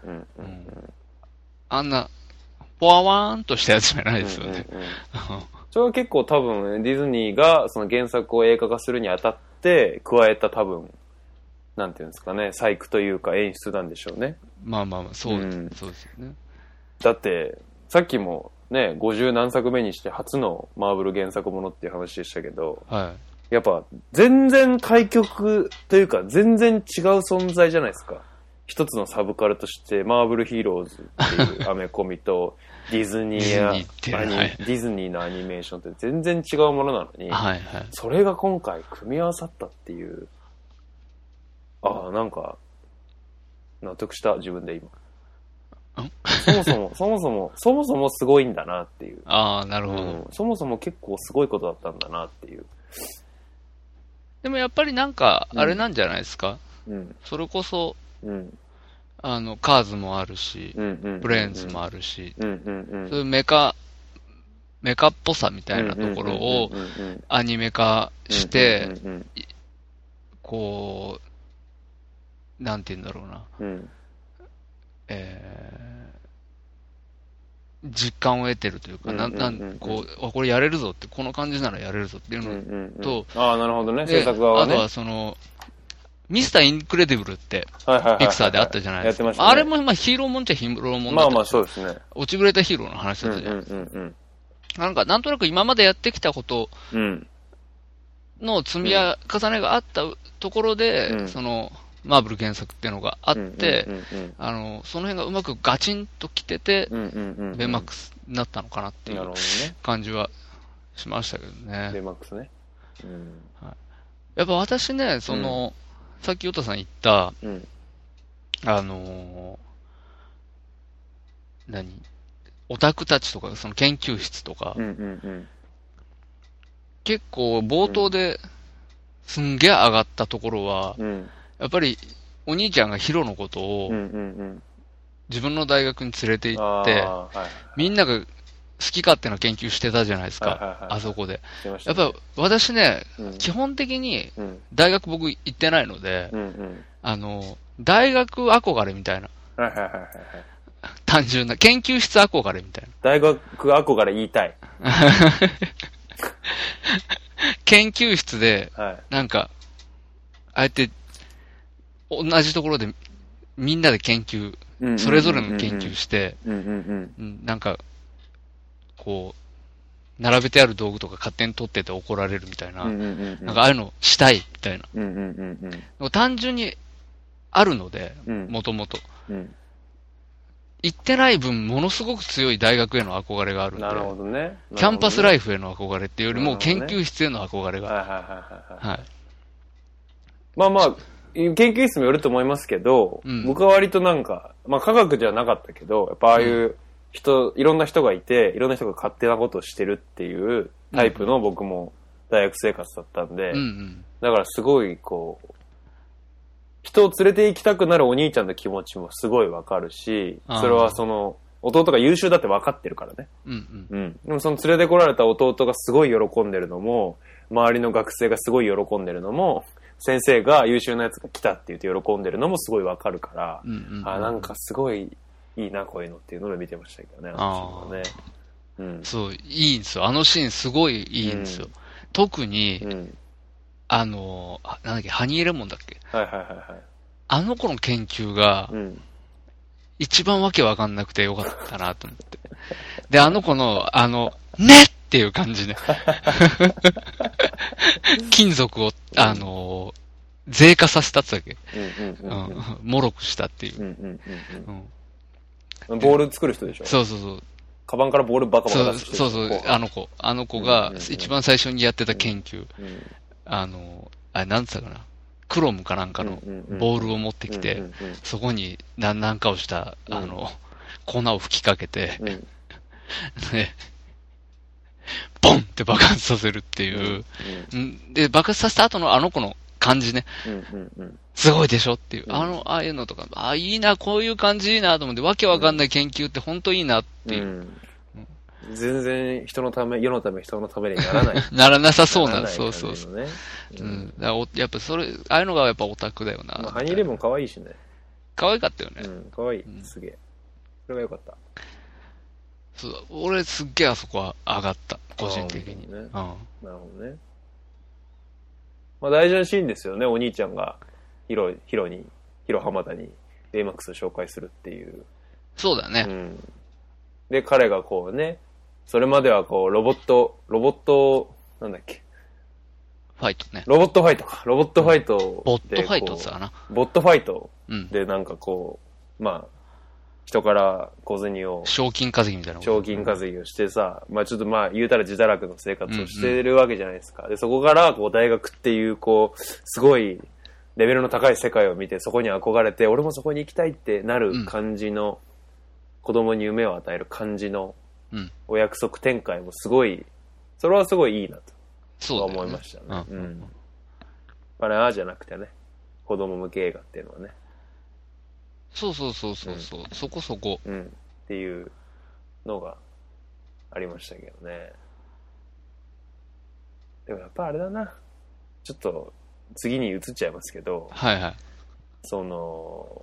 [SPEAKER 3] あんな、ポワワーンとしたやつじゃないですよね。
[SPEAKER 2] それは結構多分ディズニーがその原作を映画化するにあたって加えた多分、なんていうんですかね、細工というか演出なんでしょうね。
[SPEAKER 3] まあまあまあ、そうですよね。
[SPEAKER 2] だって、さっきもね、50何作目にして初のマーブル原作ものっていう話でしたけど、やっぱ全然対極というか全然違う存在じゃないですか。一つのサブカルとしてマーブルヒーローズっていうアメコミとディズニーのアニメーションって全然違うものなのに、それが今回組み合わさったっていう、なんか納得した自分で今。そもそもすごいんだなっていう。
[SPEAKER 3] なるほど、
[SPEAKER 2] そもそも結構すごいことだったんだなっていう。
[SPEAKER 3] でもやっぱりなんかあれなんじゃないですか。それこそ、カーズもあるし、ブレーンズもあるし、そういうメカっぽさみたいなところをアニメ化して、こう、なんて言うんだろうな。実感を得てるというか、これやれるぞって、この感じならやれるぞっていうのと、
[SPEAKER 2] なるほどね、制作側はね。
[SPEAKER 3] あとはその、ミスターインクレディブルって、ピクサーであったじゃないですか。あれもヒーローもんっちゃヒーローもんだった。
[SPEAKER 2] まあそうですね。
[SPEAKER 3] 落ちぶれたヒーローの話だったじゃないですか。なんとなく今までやってきたことの積み重ねがあったところで、その、マーブル原作っていうのがあって、その辺がうまくガチンと来てて、ベイマックスになったのかなっていう感じはしましたけどね。
[SPEAKER 2] ベイマックスね。
[SPEAKER 3] やっぱ私ね、その、さっきヨタさん言った、オタクたちとか、その研究室とか、結構冒頭ですんげえ上がったところは、やっぱりお兄ちゃんがヒロのことを自分の大学に連れて行って、みんながき勝手な研究してたじゃないですか。あそこで。やっぱ私ね、基本的に大学僕行ってないので、大学憧れみたいな。単純な、研究室憧れみたいな。
[SPEAKER 2] 大学憧れ言いたい。
[SPEAKER 3] 研究室で、なんか、あえて、同じところでみんなで研究、それぞれの研究して、なんか、こう、並べてある道具とか勝手に取ってて怒られるみたいな、なんかああいうのしたいみたいな。単純にあるので、もともと。行ってない分、ものすごく強い大学への憧れがあるんで。
[SPEAKER 2] なるほどね。
[SPEAKER 3] キャンパスライフへの憧れっていうよりも、研究室への憧れが。はい。
[SPEAKER 2] まあまあ、研究室もよると思いますけど、僕は割となんか、まあ科学じゃなかったけど、やっぱああいういろんな人がいて、いろんな人が勝手なことをしてるっていうタイプの僕も大学生活だったんで、だからすごいこう、人を連れて行きたくなるお兄ちゃんの気持ちもすごいわかるし、それはその、弟が優秀だって分かってるからね。でもその連れてこられた弟がすごい喜んでるのも、周りの学生がすごい喜んでるのも、先生が優秀なやつが来たって言って喜んでるのもすごい分かるから、なんかすごいいいな、こういうのっていうので見てましたけどね、
[SPEAKER 3] そう、いいんですよ。あのシーンすごいいいんですよ。特に、なんだっけ、ハニーレモンだっけ？あの子の研究が、一番わけわかんなくてよかったなと思って。で、あの子の、ねっていう感じね。金属を、税化させたってだけ。もろくしたっていう。
[SPEAKER 2] ボール作る人でしょ？
[SPEAKER 3] そうそうそう。
[SPEAKER 2] カバンからボールバカバカ出してる。
[SPEAKER 3] そうそう、あの子が一番最初にやってた研究。あれなんつったかな。クロムかなんかのボールを持ってきて、そこに何かをした、粉を吹きかけて、で、ボンって爆発させるっていう。で、爆発させた後のあの子の感じね。すごいでしょっていう。ああいうのとか、いいな、こういう感じいいなと思って、わけわかんない研究って本当いいなっていう。
[SPEAKER 2] 全然人のため、世のため、人のためにならない。
[SPEAKER 3] ならなさそうな、そうそうそう。やっぱそれ、ああいうのがやっぱオタクだよな。
[SPEAKER 2] ハニーレモン可愛いしね。
[SPEAKER 3] 可愛かったよね。
[SPEAKER 2] 可愛い。すげえ。それが良かった。
[SPEAKER 3] そう、俺すっげえあそこは上がった。個人的に。
[SPEAKER 2] なるほどね。まあ大事なシーンですよね。お兄ちゃんがヒロ浜田にベイマックスを紹介するっていう。
[SPEAKER 3] そうだね。
[SPEAKER 2] で、彼がこうね、それまではこうロボット、なんだっけ。
[SPEAKER 3] ファイトね。
[SPEAKER 2] ロボットファイトか。ロボットファイトで。
[SPEAKER 3] ボットファイトって言ったかな。
[SPEAKER 2] ボットファイトでなんかこう、まあ、人から小銭を。
[SPEAKER 3] 賞金稼ぎみたいな。
[SPEAKER 2] 賞金稼ぎをしてさ、まあちょっとまあ言うたら自堕落の生活をしてるわけじゃないですか。で、そこからこう大学っていうこう、すごいレベルの高い世界を見てそこに憧れて、俺もそこに行きたいってなる感じの、子供に夢を与える感じのお約束展開もすごい、それはすごいいいなと思いましたね。あれじゃなくてね、子供向け映画っていうのはね。
[SPEAKER 3] そう、そこそこ。
[SPEAKER 2] っていうのがありましたけどね。でもやっぱあれだな。ちょっと次に移っちゃいますけど。その、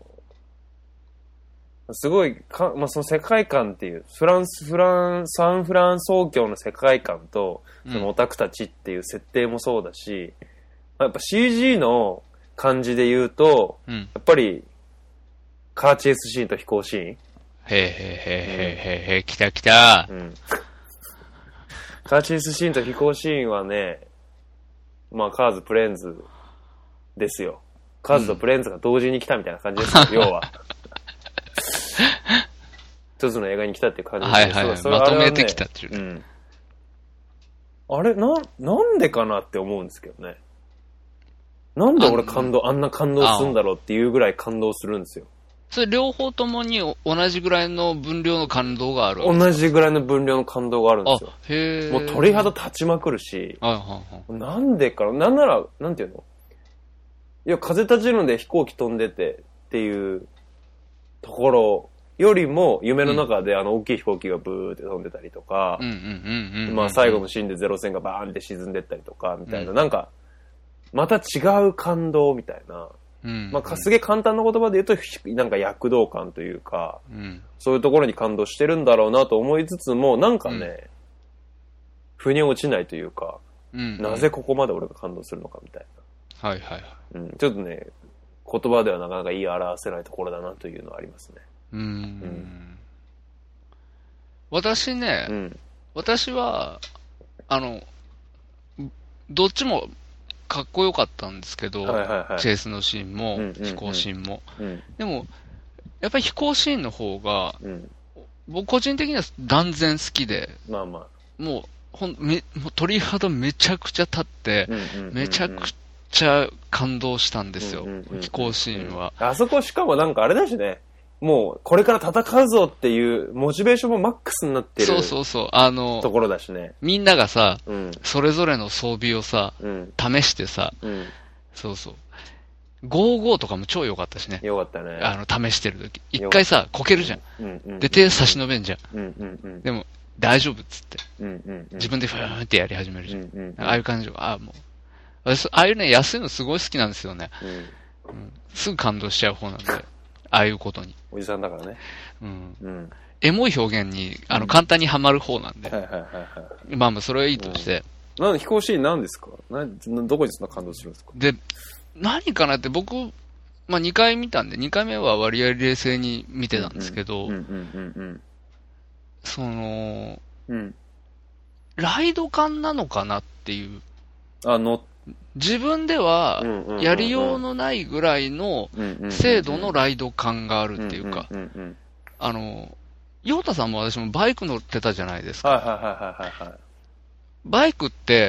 [SPEAKER 2] すごいまあ、その世界観っていう、サンフラン総教の世界観と、そのオタクたちっていう設定もそうだし、やっぱ CG の感じで言うと、やっぱり、カーチェイスシーンと飛行シーン。
[SPEAKER 3] 来た。
[SPEAKER 2] カーチェイスシーンと飛行シーンはね、まあ、カーズ、プレーンズですよ。カーズとプレーンズが同時に来たみたいな感じですよ、要は。一つの映画に来たっていう感じ
[SPEAKER 3] です。まとめてきたっていう。
[SPEAKER 2] あれ、なんでかなって思うんですけどね。なんで俺あんな感動するんだろうっていうぐらい感動するんですよ。
[SPEAKER 3] それ両方ともに同じぐらいの分量の感動があるわけ
[SPEAKER 2] ですか？同じぐらいの分量の感動があるんですよ。もう鳥肌立ちまくるし。なんでかな、なんなら、なんていうの？いや、風立ちぬで飛行機飛んでてっていうところよりも夢の中で大きい飛行機がブーって飛んでたりとか、まあ最後のシーンでゼロ戦がバーンって沈んでったりとかみたいな、なんかまた違う感動みたいな、まあすげえ簡単な言葉で言うとなんか躍動感というか、そういうところに感動してるんだろうなと思いつつも、なんかね、腑に落ちないというか、なぜここまで俺が感動するのかみたいな。
[SPEAKER 3] はいはいはい。
[SPEAKER 2] ちょっとね、言葉ではなかなか言い表せないところだなというのはありますね。
[SPEAKER 3] 私ね、私は、どっちもかっこよかったんですけど、チェイスのシーンも、飛行シーンも。でも、やっぱり飛行シーンの方が、僕個人的には断然好きで、もう鳥肌めちゃくちゃ立って、めちゃくちゃ感動したんですよ、飛行シーンは。
[SPEAKER 2] あそこしかもなんかあれだしね、もうこれから戦うぞっていうモチベーションもマックスになってるところだしね。
[SPEAKER 3] みんながさ、それぞれの装備をさ、試してさ、55とかも超良かったしね。
[SPEAKER 2] 良かったね。
[SPEAKER 3] 試してる時。一回さ、こけるじゃん。で、手差し伸べんじゃん。でも、大丈夫っつって。自分でフーンってやり始めるじゃん。ああいう感じが、もう。私、ああいうね、安いのすごい好きなんですよね。すぐ感動しちゃう方なんで。ああいうことに。
[SPEAKER 2] おじさんだからね。
[SPEAKER 3] エモい表現に、簡単にはまる方なんで。まあ、それはいいとして。
[SPEAKER 2] 飛行シーン何ですか？どこにそんな感動するんですか？
[SPEAKER 3] で、何かなって僕、まあ、2回見たんで、2回目は割合冷静に見てたんですけど、ライド感なのかなっていう。自分ではやりようのないぐらいの精度のライド感があるっていうか、ヨウタさんも私もバイク乗ってたじゃないですか。バイクって、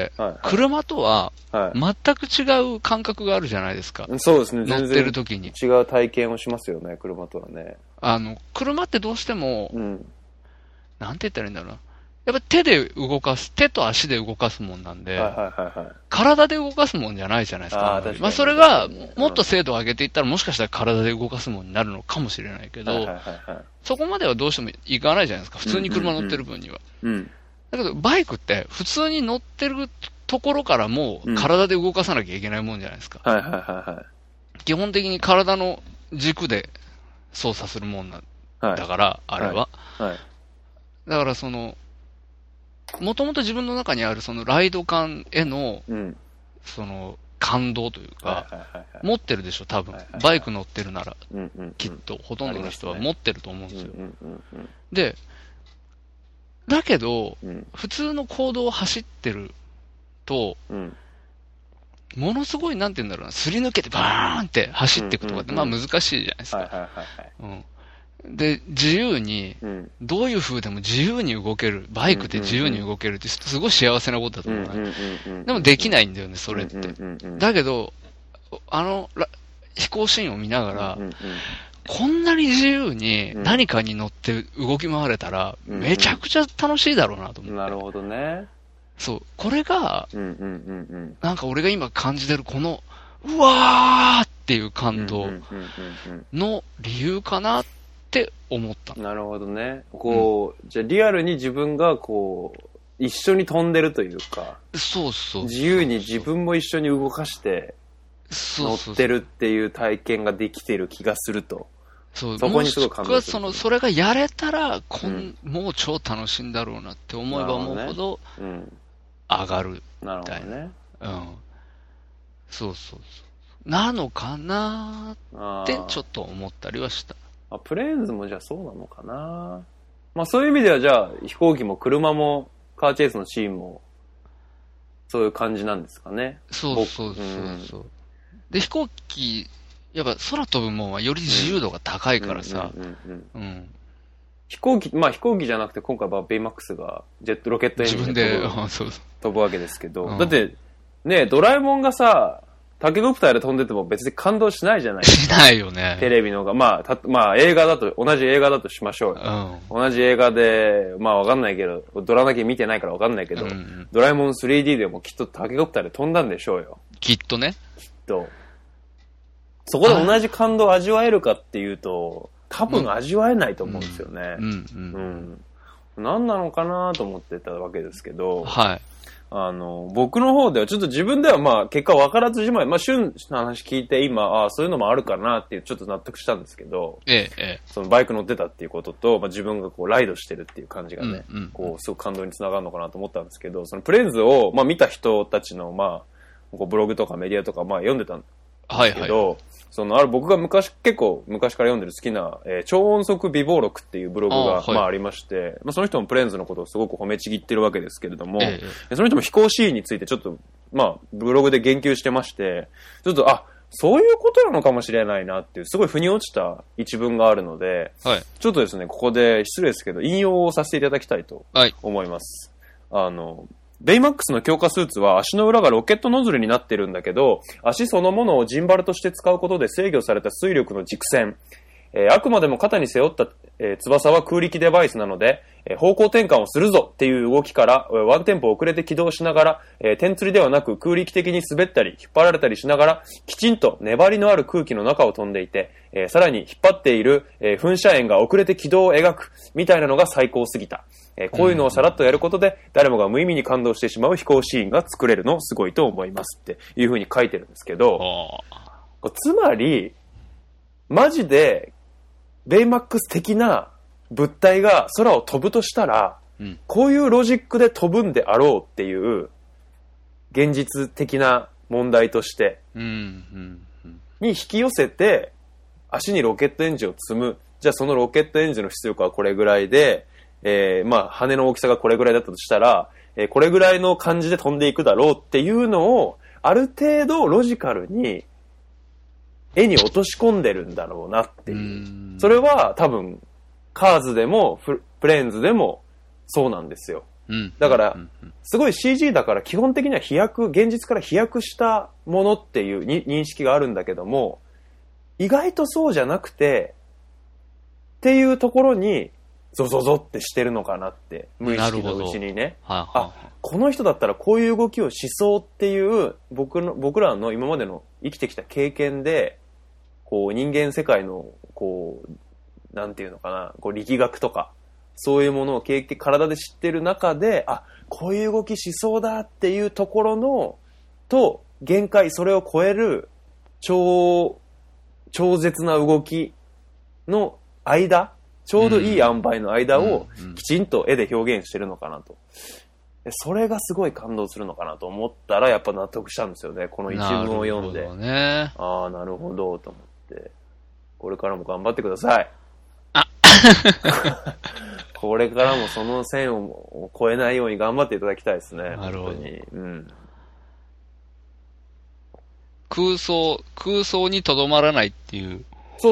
[SPEAKER 3] 車とは全く違う感覚があるじゃないですか。
[SPEAKER 2] そうですね。
[SPEAKER 3] 乗ってる時に。
[SPEAKER 2] 違う体験をしますよね、車とはね。
[SPEAKER 3] 車ってどうしても、なんて言ったらいいんだろうな。やっぱ手と足で動かすもんなんで、体で動かすもんじゃないじゃないですか。まあそれが、もっと精度を上げていったらもしかしたら体で動かすもんになるのかもしれないけど、そこまではどうしてもいかないじゃないですか。普通に車乗ってる分には。だけど、バイクって普通に乗ってるところからも体で動かさなきゃいけないもんじゃないですか。基本的に体の軸で操作するもんだから、あれは。だからもともと自分の中にあるそのライド感への、感動というか、持ってるでしょ、多分。バイク乗ってるなら、きっと、ほとんどの人は持ってると思うんですよ。で、だけど、普通の公道を走ってると、ものすごい、なんて言うんだろうな、すり抜けてバーンって走っていくとかって、まあ難しいじゃないですか。で、自由に、どういう風でも自由に動ける、バイクで自由に動けるってすごい幸せなことだと思うね。でもできないんだよね、それって。だけど、飛行シーンを見ながら、こんなに自由に何かに乗って動き回れたら、めちゃくちゃ楽しいだろうなと思って。
[SPEAKER 2] なるほどね。
[SPEAKER 3] そう。これが、なんか俺が今感じてるこの、うわーっていう感動の理由かなって思った。
[SPEAKER 2] なるほどね。じゃあリアルに自分が一緒に飛んでるというか。自由に自分も一緒に動かして、乗ってるっていう体験ができてる気がすると。
[SPEAKER 3] そこにすごい感動する。それがやれたら、もう超楽しいんだろうなって思えば思うほど、上がる。
[SPEAKER 2] なるほどね。
[SPEAKER 3] なのかなーってちょっと思ったりはした。
[SPEAKER 2] プレーンズもじゃあそうなのかな。まあそういう意味ではじゃあ飛行機も車もカーチェイスのシーンもそういう感じなんですかね。
[SPEAKER 3] そう。で、飛行機、やっぱ空飛ぶもんはより自由度が高いからさ。飛行機じゃなくて今回はベイマックスがロケットエンジンで飛ぶわけですけど、だってね、ドラえもんがさ、タケコプターで飛んでても別に感動しないじゃないですか。しないよね。
[SPEAKER 2] テレビのが。まあ映画だと、同じ映画だとしましょうよ。同じ映画で、まあわかんないけど、ドラだけ見てないからわかんないけど、ドラえもん 3D でもきっとタケコプターで飛んだんでしょうよ。
[SPEAKER 3] きっとね。
[SPEAKER 2] きっと。そこで同じ感動を味わえるかっていうと、 多分味わえないと思うんですよね。何なのかなと思ってたわけですけど、
[SPEAKER 3] はい。
[SPEAKER 2] 僕の方ではちょっと自分ではまあ結果分からずじまい、まあ旬の話聞いて今、そういうのもあるかなっていうちょっと納得したんですけど、そのバイク乗ってたっていうことと、まあ、自分がこうライドしてるっていう感じがね、こうすごく感動につながるのかなと思ったんですけど、そのプレーンズをまあ見た人たちのまあ、こうブログとかメディアとかまあ読んでたんですけど、僕が結構昔から読んでる好きな、超音速美貌録っていうブログがまあありまして、まあその人もプレーンズのことをすごく褒めちぎってるわけですけれども、その人も飛行シーンについてちょっと、まあブログで言及してまして、ちょっと、そういうことなのかもしれないなっていう、すごい腑に落ちた一文があるので、ちょっとですね、ここで失礼ですけど、引用をさせていただきたいと思います。ベイマックスの強化スーツは足の裏がロケットノズルになってるんだけど、足そのものをジンバルとして使うことで制御された推力の軸線。あくまでも肩に背負った、翼は空力デバイスなので、方向転換をするぞっていう動きから、ワンテンポ遅れて起動しながら、点釣りではなく空力的に滑ったり引っ張られたりしながら、きちんと粘りのある空気の中を飛んでいて、さらに引っ張っている、噴射円が遅れて軌道を描くみたいなのが最高すぎた。こういうのをさらっとやることで、誰もが無意味に感動してしまう飛行シーンが作れるのすごいと思いますっていう風に書いてるんですけど、つまり、マジで、ベイマックス的な物体が空を飛ぶとしたら、こういうロジックで飛ぶんであろうっていう、現実的な問題として、に引き寄せて、足にロケットエンジンを積む。じゃあそのロケットエンジンの出力はこれぐらいで、まあ羽の大きさがこれぐらいだったとしたら、これぐらいの感じで飛んでいくだろうっていうのを、ある程度ロジカルに絵に落とし込んでるんだろうなっていう。それは多分、カーズでもプレーンズでもそうなんですよ。だから、すごい CG だから基本的には現実から飛躍したものっていう認識があるんだけども、意外とそうじゃなくて、っていうところに、ゾゾゾってしてるのかなって、無意識のうちにね。この人だったらこういう動きをしそうっていう、僕らの今までの生きてきた経験で、こう人間世界の、こう、なんていうのかな、こう力学とか、そういうものを体で知ってる中で、こういう動きしそうだっていうところの、と、限界、それを超える、超絶な動きの間、ちょうどいい塩梅の間をきちんと絵で表現してるのかなと。それがすごい感動するのかなと思ったら、やっぱ納得したんですよね。この一文を読んで。なるほど、と思って。これからも頑張ってください。これからもその線を超えないように頑張っていただきたいですね。なるほど。
[SPEAKER 3] 空想にとどまらないっていう。
[SPEAKER 2] そう。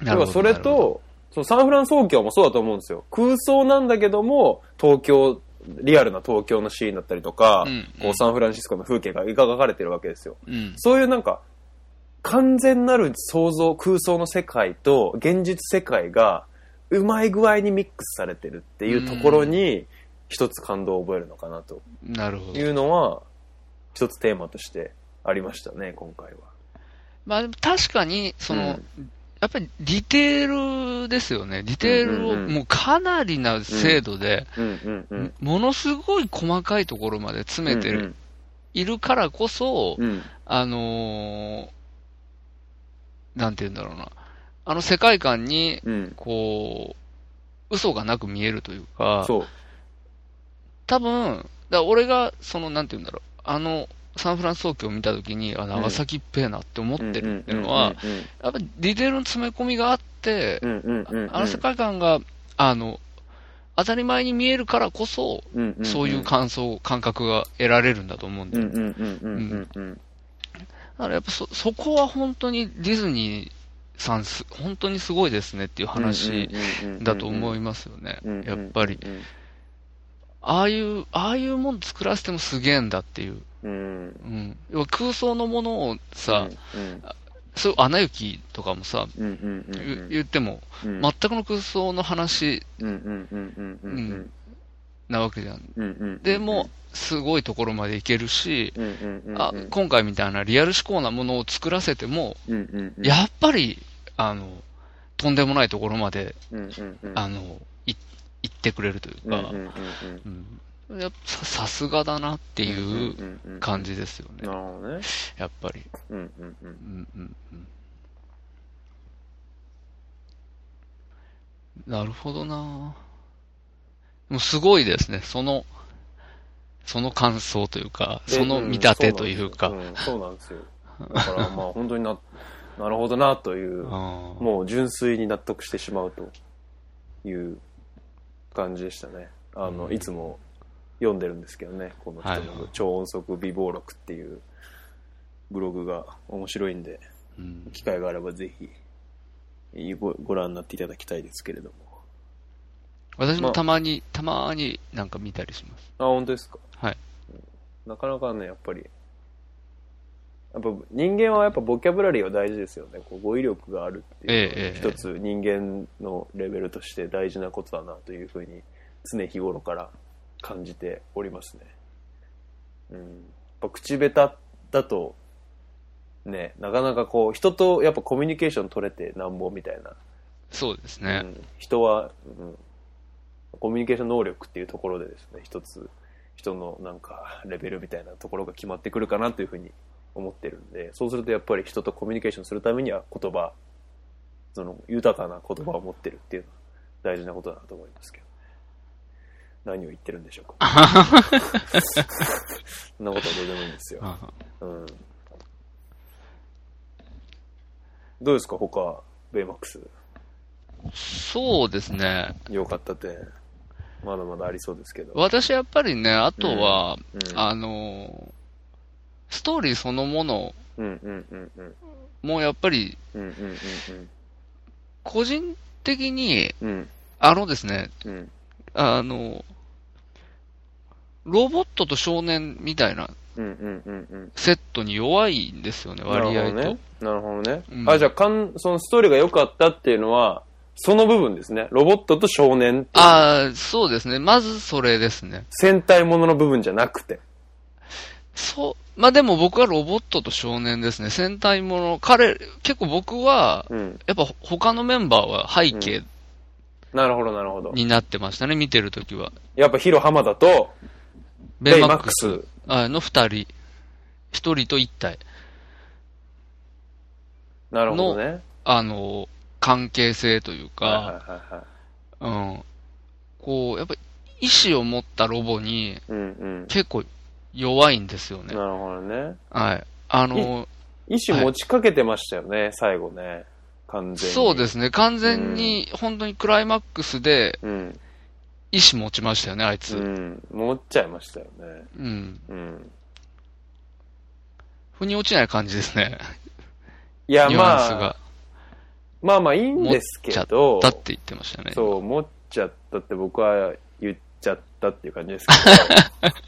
[SPEAKER 2] だからそれと、サンフラン東京もそうだと思うんですよ。空想なんだけども、リアルな東京のシーンだったりとか、こうサンフランシスコの風景が描かれてるわけですよ。そういうなんか、完全なる空想の世界と現実世界がうまい具合にミックスされてるっていうところに、一つ感動を覚えるのかなと。いうのは、一つテーマとしてありましたね、今回は。
[SPEAKER 3] まあ確かに、やっぱりディテールですよね。ディテールをもうかなりな精度で、ものすごい細かいところまで詰めているからこそ、なんて言うんだろうな。世界観に、こう、嘘がなく見えるというか、多分、俺が、なんて言うんだろう、サンフランス東京を見たときに、長崎っぺえなって思ってるっていうのは、やっぱりディテールの詰め込みがあって、世界観が、当たり前に見えるからこそ、そういう感覚が得られるんだと思うんだよ。だからやっぱそこは本当にディズニーさん本当にすごいですねっていう話だと思いますよね。やっぱり。ああいうもの作らせてもすげえんだっていう。空想のものをさ、そういうアナ雪とかもさ、言っても、全くの空想の話、なわけじゃん。でも、すごいところまでいけるし、今回みたいなリアル思考なものを作らせても、やっぱり、 とんでもないところまで、
[SPEAKER 2] うんうんうん、
[SPEAKER 3] 行ってくれるというか、やっぱさすがだなっていう感じですよね。
[SPEAKER 2] なるほどね。
[SPEAKER 3] やっぱり。なるほどな。もうすごいですね。その感想というか、その見立てというか。
[SPEAKER 2] そうなんですよ。だからまあ本当になるほどなという、もう純粋に納得してしまうという感じでしたね。いつも読んでるんですけどね、この人の超音速美貌録っていうブログが面白いんで、機会があればぜひご覧になっていただきたいですけれども。
[SPEAKER 3] 私もたまになんか見たりします。
[SPEAKER 2] あ、本当ですか。
[SPEAKER 3] はい。
[SPEAKER 2] なかなかね、やっぱ人間はやっぱボキャブラリーは大事ですよね。こう語彙力があるっていうのは一つ人間のレベルとして大事なことだなというふうに常日頃から感じておりますね。やっぱ口下手だとね、なかなかこう人とやっぱコミュニケーション取れてなんぼみたいな。
[SPEAKER 3] そうですね。
[SPEAKER 2] 人は、コミュニケーション能力っていうところでですね、一つ人のなんかレベルみたいなところが決まってくるかなというふうに思ってるんで、そうするとやっぱり人とコミュニケーションするためには言葉、その豊かな言葉を持ってるっていうのは大事なことだなと思いますけど。何を言ってるんでしょうか。そんなことはどうでもいいんですよ。どうですか他、ベイマックス。
[SPEAKER 3] そうですね。
[SPEAKER 2] よかった点。まだまだありそうですけど。
[SPEAKER 3] 私やっぱりね、あとは、ストーリーそのものもやっぱり、個人的に、ですね、ロボットと少年みたいなセットに弱いんですよね、割合と。
[SPEAKER 2] なるほどね。じゃあそのストーリーが良かったっていうのは、その部分ですね。ロボットと少年っていう。
[SPEAKER 3] そうですね。まずそれですね。
[SPEAKER 2] 戦隊ものの部分じゃなくて。
[SPEAKER 3] まあでも僕はロボットと少年ですね。戦隊もの、結構僕は、やっぱ他のメンバーは背景、
[SPEAKER 2] なるほどなるほど。
[SPEAKER 3] になってましたね、見てるときは。
[SPEAKER 2] やっぱヒロ浜田と、ベイマックス
[SPEAKER 3] の二人。一人と一体。
[SPEAKER 2] なるほどね。
[SPEAKER 3] 関係性というか、こう、やっぱり意志を持ったロボに、結構弱いんですよね。
[SPEAKER 2] なるほどね。
[SPEAKER 3] はい。
[SPEAKER 2] 意志持ちかけてましたよね、最後ね。完全に。
[SPEAKER 3] そうですね。完全に、本当にクライマックスで、意志持ちましたよね、あいつ。
[SPEAKER 2] 持っちゃいましたよね。
[SPEAKER 3] 腑に落ちない感じですね。
[SPEAKER 2] いや、まあいいんですけど。
[SPEAKER 3] 持っちゃったって言ってましたね。
[SPEAKER 2] そう、持っちゃったって僕は言っちゃったっていう感じですけど。やっ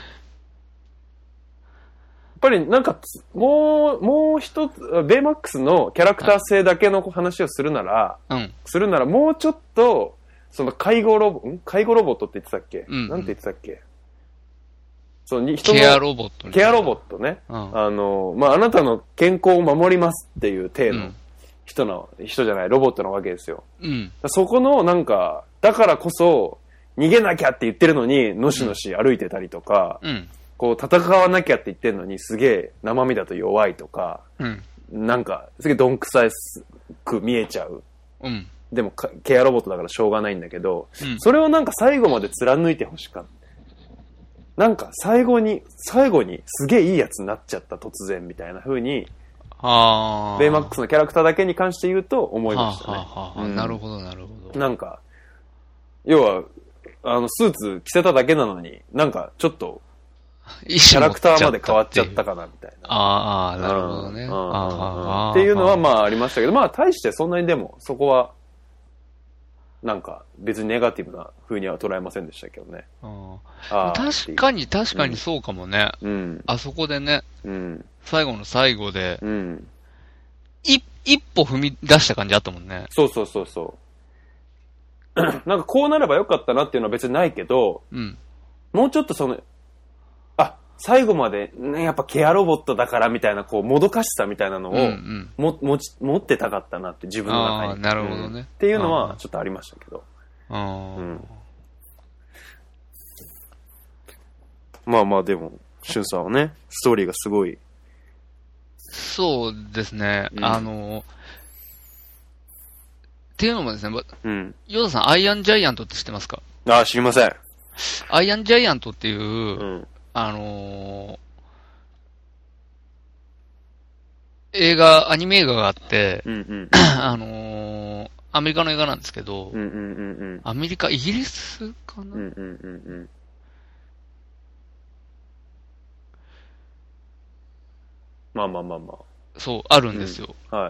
[SPEAKER 2] ぱりなんか、もう一つ、ベイマックスのキャラクター性だけの話をするなら、もうちょっと、その介護ロボットって言ってたっけ？なんて言ってたっけ？
[SPEAKER 3] ケアロボット。
[SPEAKER 2] ケアロボットね。あなたの健康を守りますっていう体の人じゃない、ロボットなわけですよ。そこのなんか、だからこそ、逃げなきゃって言ってるのに、のしのし歩いてたりとか、こう戦わなきゃって言ってるのにすげえ生身だと弱いとか、なんか、すげえどんくさく見えちゃう。でもケアロボットだからしょうがないんだけど、それをなんか最後まで貫いてほしかった。なんか最後にすげえいいやつになっちゃった突然みたいな風に、ベイマックスのキャラクターだけに関して言うと思いましたね。
[SPEAKER 3] なるほどなるほど。
[SPEAKER 2] なんか、要は、スーツ着せただけなのに、なんかちょっと、キャラクターまで変わっちゃったかなみたいな。
[SPEAKER 3] なるほどね。
[SPEAKER 2] っていうのはまあありましたけど、まあ大してそんなにでも、そこは、なんか別にネガティブな風には捉えませんでしたけどね。
[SPEAKER 3] 確かにそうかもね。あそこでね、最後の最後で、一歩踏み出した感じあったもんね。
[SPEAKER 2] そう。なんかこうなればよかったなっていうのは別にないけど、もうちょっと最後まで、ね、やっぱケアロボットだからみたいな、こう、もどかしさみたいなのを、持ってたかったなって、自分の中に。
[SPEAKER 3] なるほどね。
[SPEAKER 2] っていうのは、ちょっとありましたけど。まあまあ、でも、しゅんさんはね、ストーリーがすごい。
[SPEAKER 3] そうですね。っていうのもですね、ヨダさん、アイアンジャイアントって知ってますか？
[SPEAKER 2] 知りません。
[SPEAKER 3] アイアンジャイアントっていう、アニメ映画があって、アメリカの映画なんですけど、アメリカ、イギリスかな？
[SPEAKER 2] まあ。
[SPEAKER 3] そう、あるんですよ。
[SPEAKER 2] はい。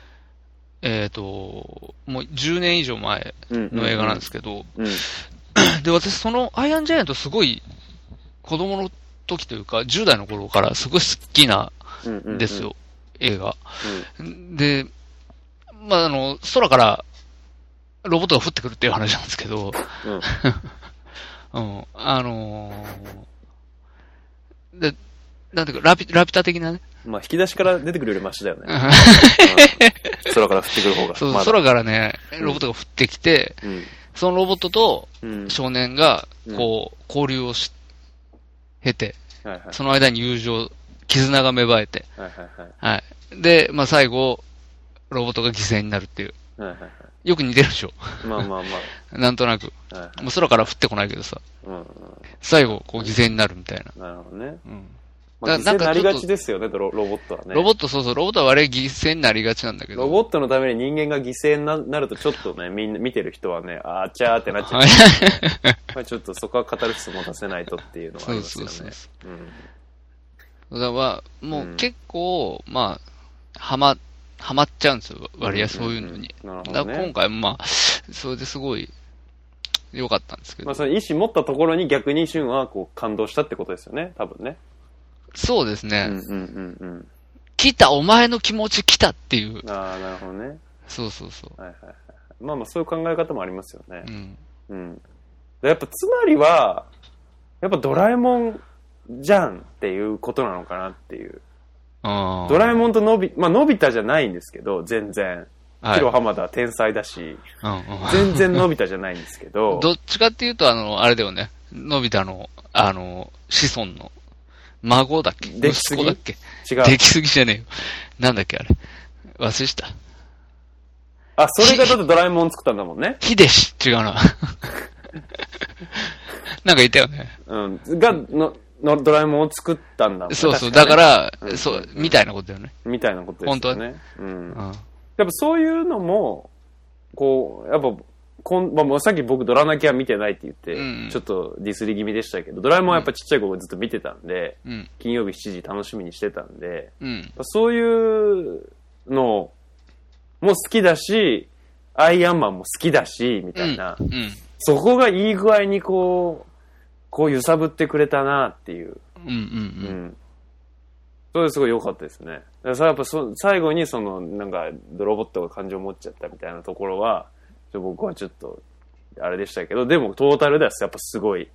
[SPEAKER 3] もう10年以上前の映画なんですけど、で、私そのアイアンジャイアントすごい子供の時というか10代の頃からすごい好きなんですよ、映画。で、まあ空からロボットが降ってくるっていう話なんですけど、で、なんていうか、ラピュタ的なね。
[SPEAKER 2] まあ、引き出しから出てくるよりマシだよね。空から降ってくる方が。
[SPEAKER 3] そう、空からね、ロボットが降ってきて、そのロボットと少年が、こう、交流を経て、その間に絆が芽生えて、はい。で、まあ最後、ロボットが犠牲になるっていう。よく似てるでしょ。
[SPEAKER 2] まあ。
[SPEAKER 3] なんとなく。もう空から降ってこないけどさ。最後、こう犠牲になるみたいな。
[SPEAKER 2] なるほどね。犠牲になりがちですよね、ロボットはね。
[SPEAKER 3] ロボットはあれ犠牲になりがちなんだけど。
[SPEAKER 2] ロボットのために人間が犠牲になるとちょっとね、みんな見てる人はね、あちゃーってなっちゃう。まあちょっとそこはカタルシス持たせないとっていうのはありますよね。
[SPEAKER 3] だから、もう結構、まあ、はまっちゃうんですよ、割合そういうのに。だから今回もまあ、それですごい良かったんですけど。
[SPEAKER 2] まあその意思持ったところに逆にシュンはこう感動したってことですよね、多分ね。
[SPEAKER 3] そうですね。来た、お前の気持ち来たっていう。
[SPEAKER 2] なるほどね。
[SPEAKER 3] そう。
[SPEAKER 2] まあそういう考え方もありますよね。やっぱつまりは、やっぱドラえもんじゃんっていうことなのかなっていう。ドラえもんとのび太じゃないんですけど、全然。ヒロ浜田は天才だし、全然のび太じゃないんですけど。
[SPEAKER 3] どっちかっていうと、あれだよね。のび太の、子孫の。孫だっけ？息子だっけ？
[SPEAKER 2] 違う。
[SPEAKER 3] できすぎじゃねえよ。なんだっけあれ。忘れした。
[SPEAKER 2] それがだってドラえもん作ったんだもんね。
[SPEAKER 3] ヒデシ。違うな。なんか言ったよね。
[SPEAKER 2] ドラえもんを作ったんだもんね。
[SPEAKER 3] そう。だから、みたいなことだよね。
[SPEAKER 2] みたいなことですよね。
[SPEAKER 3] 本当はね。
[SPEAKER 2] やっぱそういうのも、こう、やっぱ、もうさっき僕ドラ泣きは見てないって言って、ちょっとディスり気味でしたけど、ドラえもんはやっぱちっちゃい頃ずっと見てたんで、金曜日7時楽しみにしてたんで、そういうのも好きだし、アイアンマンも好きだし、みたいな、そこがいい具合にこう揺さぶってくれたなっていう。それすごい良かったですね。だからやっぱ最後になんかロボットが感情を持っちゃったみたいなところは、僕はちょっとあれでしたけど、でもトータルではやっぱすごい、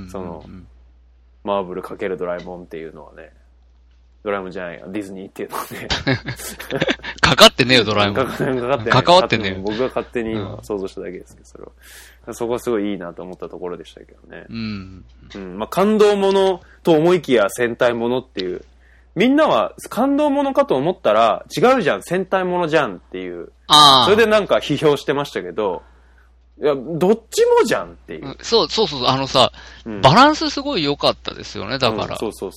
[SPEAKER 2] マーブル×ドラえもんっていうのはね、ドラえもんじゃないよ、ディズニーっていうのはね。
[SPEAKER 3] かかってねえよ、ドラえもん。
[SPEAKER 2] 関わってねえよ。僕が勝手に今想像しただけですけど、そこはすごいいいなと思ったところでしたけどね。まあ感動ものと思いきや戦隊ものっていう、みんなは感動ものかと思ったら違うじゃん、戦隊ものじゃんっていう。それでなんか批評してましたけど、いや、どっちもじゃんっていう。
[SPEAKER 3] そう、バランスすごい良かったですよね、だから。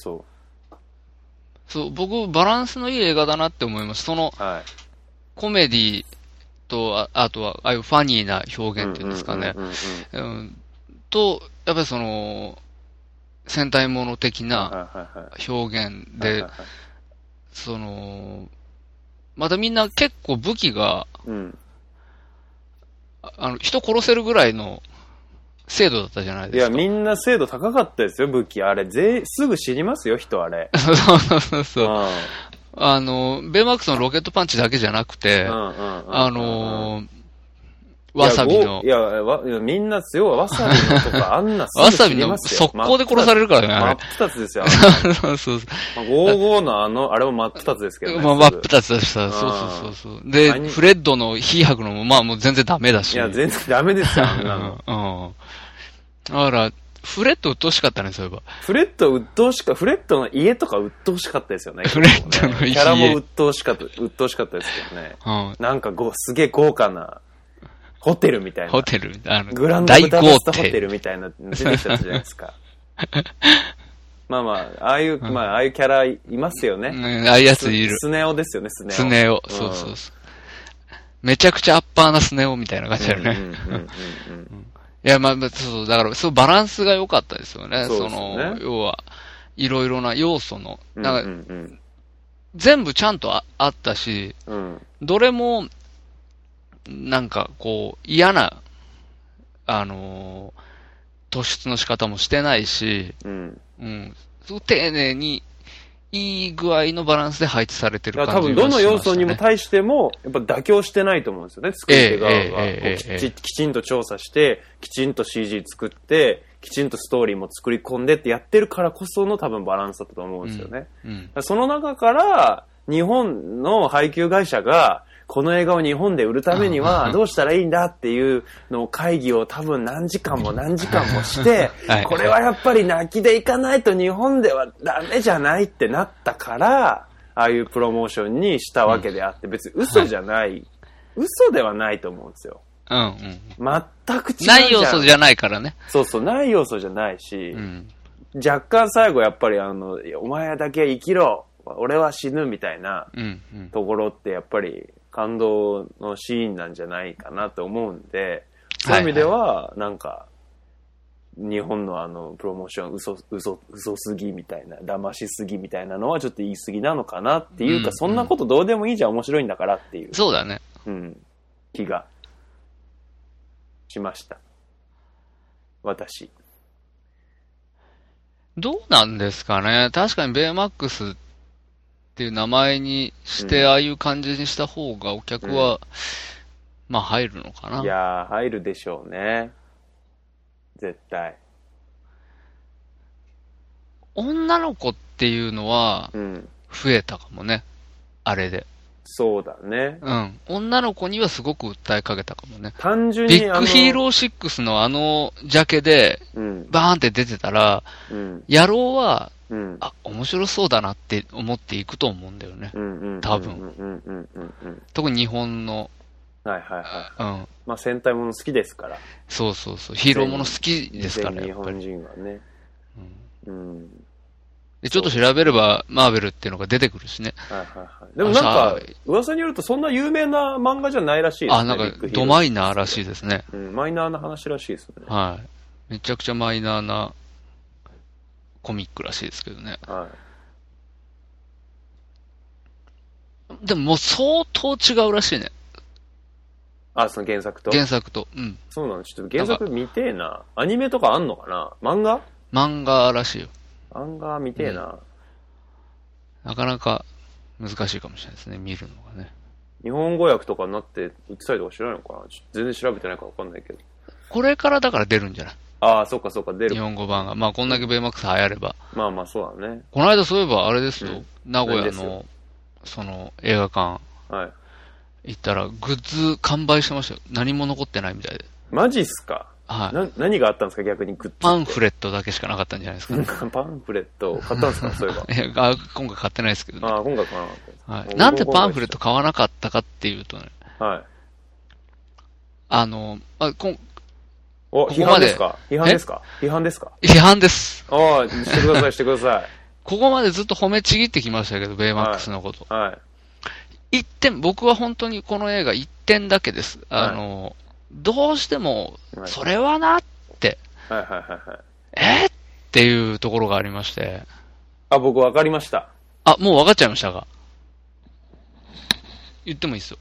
[SPEAKER 3] そう、僕、バランスのいい映画だなって思います。コメディと、あとは、ああいうファニーな表現っていうんですかね。と、やっぱり戦隊もの的な表現で、またみんな結構武器が、人殺せるぐらいの精度だったじゃないですか。
[SPEAKER 2] いや、みんな精度高かったですよ、武器。あれ、すぐ死にますよ、人あれ。
[SPEAKER 3] そう。ベイマックスのロケットパンチだけじゃなくて、 わさびの。
[SPEAKER 2] いや、みんな強い。わさびのとか、あんな
[SPEAKER 3] わさびの速攻で殺されるからね、
[SPEAKER 2] 真っ二つですよ。
[SPEAKER 3] そうそうそう。
[SPEAKER 2] 55のあれも真っ二つですけどね。
[SPEAKER 3] まあ、真っ二つでした。そうそう。で、フレッドの火吐くのも、まあもう全然ダメだし。
[SPEAKER 2] いや、全然ダメですよ、あんなの。
[SPEAKER 3] だから、フレッド鬱陶しかったね、そういえば。
[SPEAKER 2] フレッドの家とか鬱陶しかったですよね。
[SPEAKER 3] フレッドの家。
[SPEAKER 2] キャラも鬱陶しかったですけどね。なんかすげえ豪華な、ホテルみたいな。
[SPEAKER 3] ホテル、
[SPEAKER 2] グランドブダペストホテルみたいな出てきたじゃないですか。まあ、ああいうキャラいますよね。
[SPEAKER 3] ああいうやついる。
[SPEAKER 2] スネ夫ですよね、スネ夫。
[SPEAKER 3] スネ夫、そうそうそう。めちゃくちゃアッパーなスネ夫みたいな感じだよね。いや、まあ、そう、だから、そう、バランスが良かったですよね。
[SPEAKER 2] そうですね。
[SPEAKER 3] 要は、いろいろな要素の、なんか、全部ちゃんとあったし、どれも、なんか、こう、嫌な、突出の仕方もしてないし、すごく丁寧に、いい具合のバランスで配置されてる感じがしましたね。
[SPEAKER 2] 多分どの要素にも対しても、やっぱ妥協してないと思うんですよね、作り手側が。きちんと調査して、きちんと CG 作って、きちんとストーリーも作り込んでってやってるからこその多分バランスだったと思うんですよね。その中から、日本の配給会社が、この映画を日本で売るためにはどうしたらいいんだっていうのを会議を多分何時間もして、これはやっぱり泣きでいかないと日本ではダメじゃないってなったから、ああいうプロモーションにしたわけであって、別に嘘じゃない、嘘ではないと思うんですよ。全く違うじゃん。
[SPEAKER 3] ない要素じゃないからね。
[SPEAKER 2] そうそう、ない要素じゃないし、若干最後やっぱりお前だけ生きろ、俺は死ぬみたいなところってやっぱり感動のシーンなんじゃないかなと思うんで、そういう意味ではなんか日本のプロモーション嘘すぎみたいな、騙しすぎみたいなのはちょっと言い過ぎなのかなっていうか、そんなことどうでもいいじゃん、面白いんだからっていう。
[SPEAKER 3] そうだね。
[SPEAKER 2] 気がしました。私。
[SPEAKER 3] どうなんですかね。確かにベイマックスっていう名前にして、ああいう感じにした方がお客は、まあ入るのかな。
[SPEAKER 2] いやー、入るでしょうね。絶対。
[SPEAKER 3] 女の子っていうのは、増えたかもね。あれで。
[SPEAKER 2] そうだね。
[SPEAKER 3] 女の子にはすごく訴えかけたかもね。
[SPEAKER 2] 単純に
[SPEAKER 3] ビッグヒーロー6のジャケで、バーンって出てたら、野郎は、面白そうだなって思っていくと思うんだよね。多分。特に日本の。
[SPEAKER 2] まあ戦隊もの好きですから。
[SPEAKER 3] そう。ヒーローもの好きですからね。
[SPEAKER 2] 日本人はね。
[SPEAKER 3] で、ちょっと調べれば、マーベルっていうのが出てくるしね。
[SPEAKER 2] でもなんか、噂によるとそんな有名な漫画じゃないらしいですね。
[SPEAKER 3] なんか、ドマイナーらしいですね。
[SPEAKER 2] マイナーな話らしいですね。
[SPEAKER 3] めちゃくちゃマイナーなコミックらしいですけどね。でももう相当違うらしいね。
[SPEAKER 2] その原作と？
[SPEAKER 3] 原作と。
[SPEAKER 2] そうなの。ちょっと原作見てえな。アニメとかあんのかな？
[SPEAKER 3] 漫画らしいよ。
[SPEAKER 2] 漫画見てえな。
[SPEAKER 3] なかなか難しいかもしれないですね、見るのがね。
[SPEAKER 2] 日本語訳とかになって売ってたりとか知らないのかな？全然調べてないから分かんないけど。
[SPEAKER 3] これからだから出るんじゃない？
[SPEAKER 2] そうか、出る。
[SPEAKER 3] 日本語版が。まあこんだけベイマックス流行れば。
[SPEAKER 2] まあそうだね。
[SPEAKER 3] この間そういえばあれですよ。名古屋の、映画館。行ったら、グッズ完売してましたよ。何も残ってないみたいで。
[SPEAKER 2] マジっすか？何があったんですか、逆にグッズ。
[SPEAKER 3] パンフレットだけしかなかったんじゃないですか。
[SPEAKER 2] パンフレット買ったんですか、そういえ
[SPEAKER 3] ば。今回買ってないですけどね。
[SPEAKER 2] 今回買わなかったです。
[SPEAKER 3] なんでパンフレット買わなかったかっていうとね。
[SPEAKER 2] 批判ですか？批判です。してください。
[SPEAKER 3] ここまでずっと褒めちぎってきましたけど、ベイマックスのこと。一点、僕は本当にこの映画一点だけです。どうしても、それはなって、っていうところがありまして。
[SPEAKER 2] 僕分かりました。
[SPEAKER 3] もう分かっちゃいましたか？言ってもいいですよ。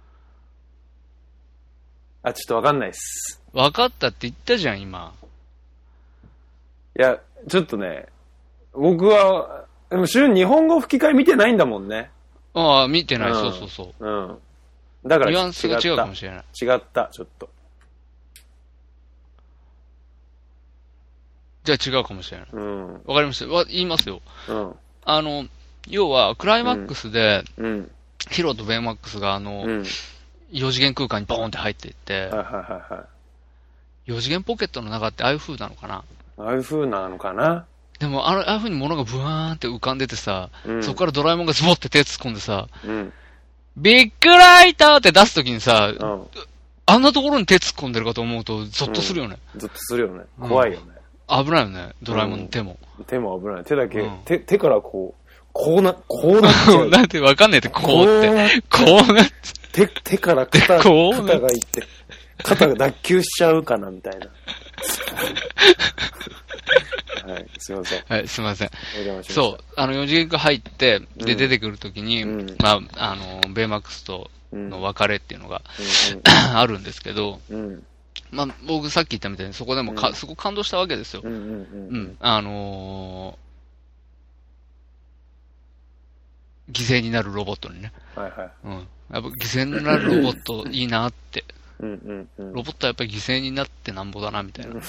[SPEAKER 2] ちょっと分かんないっす。
[SPEAKER 3] 分かったって言ったじゃん、今。
[SPEAKER 2] いや、ちょっとね、僕は、でも日本語吹き替え見てないんだもんね。
[SPEAKER 3] 見てない、そう。
[SPEAKER 2] だから
[SPEAKER 3] ニュアンスが違うかもしれない。
[SPEAKER 2] 違った、ちょっと。
[SPEAKER 3] じゃあ違うかもしれない。
[SPEAKER 2] うん。
[SPEAKER 3] わかりました。言いますよ。
[SPEAKER 2] うん。
[SPEAKER 3] 要は、クライマックスで、
[SPEAKER 2] うん。
[SPEAKER 3] ヒロとベイマックスが4次元空間にボーンって入っていって、
[SPEAKER 2] はいはいはいはい。
[SPEAKER 3] 4次元ポケットの中ってああいう風なのかな？
[SPEAKER 2] ああいう風なのかな？
[SPEAKER 3] でも、ああいう風に物がブワーンって浮かんでてさ、そこからドラえもんがズボって手突っ込んでさ、ビッグライターって出すときにさ、あんなところに手突っ込んでるかと思うと、ゾッとするよね。
[SPEAKER 2] ゾッとするよね。怖いよね。
[SPEAKER 3] 危ないよね、ドラえもんの手も。
[SPEAKER 2] 手も危ない。手だけ、手からこうなっちゃう。
[SPEAKER 3] なんてわかんないって、こうって。こうなって。
[SPEAKER 2] 手から肩がいって、肩が脱臼しちゃうかな、みたいな。はい、すいません。
[SPEAKER 3] はい、すいません。そう、4次元が入って、で、出てくるときに、まあ、ベイマックスとの別れっていうのがあるんですけど、まあ、僕さっき言ったみたいにそこでもすごく感動したわけですよ。犠牲になるロボットにね。
[SPEAKER 2] はいはい。
[SPEAKER 3] やっぱ犠牲になるロボットいいなって。ロボットはやっぱり犠牲になってなんぼだな、みたいな。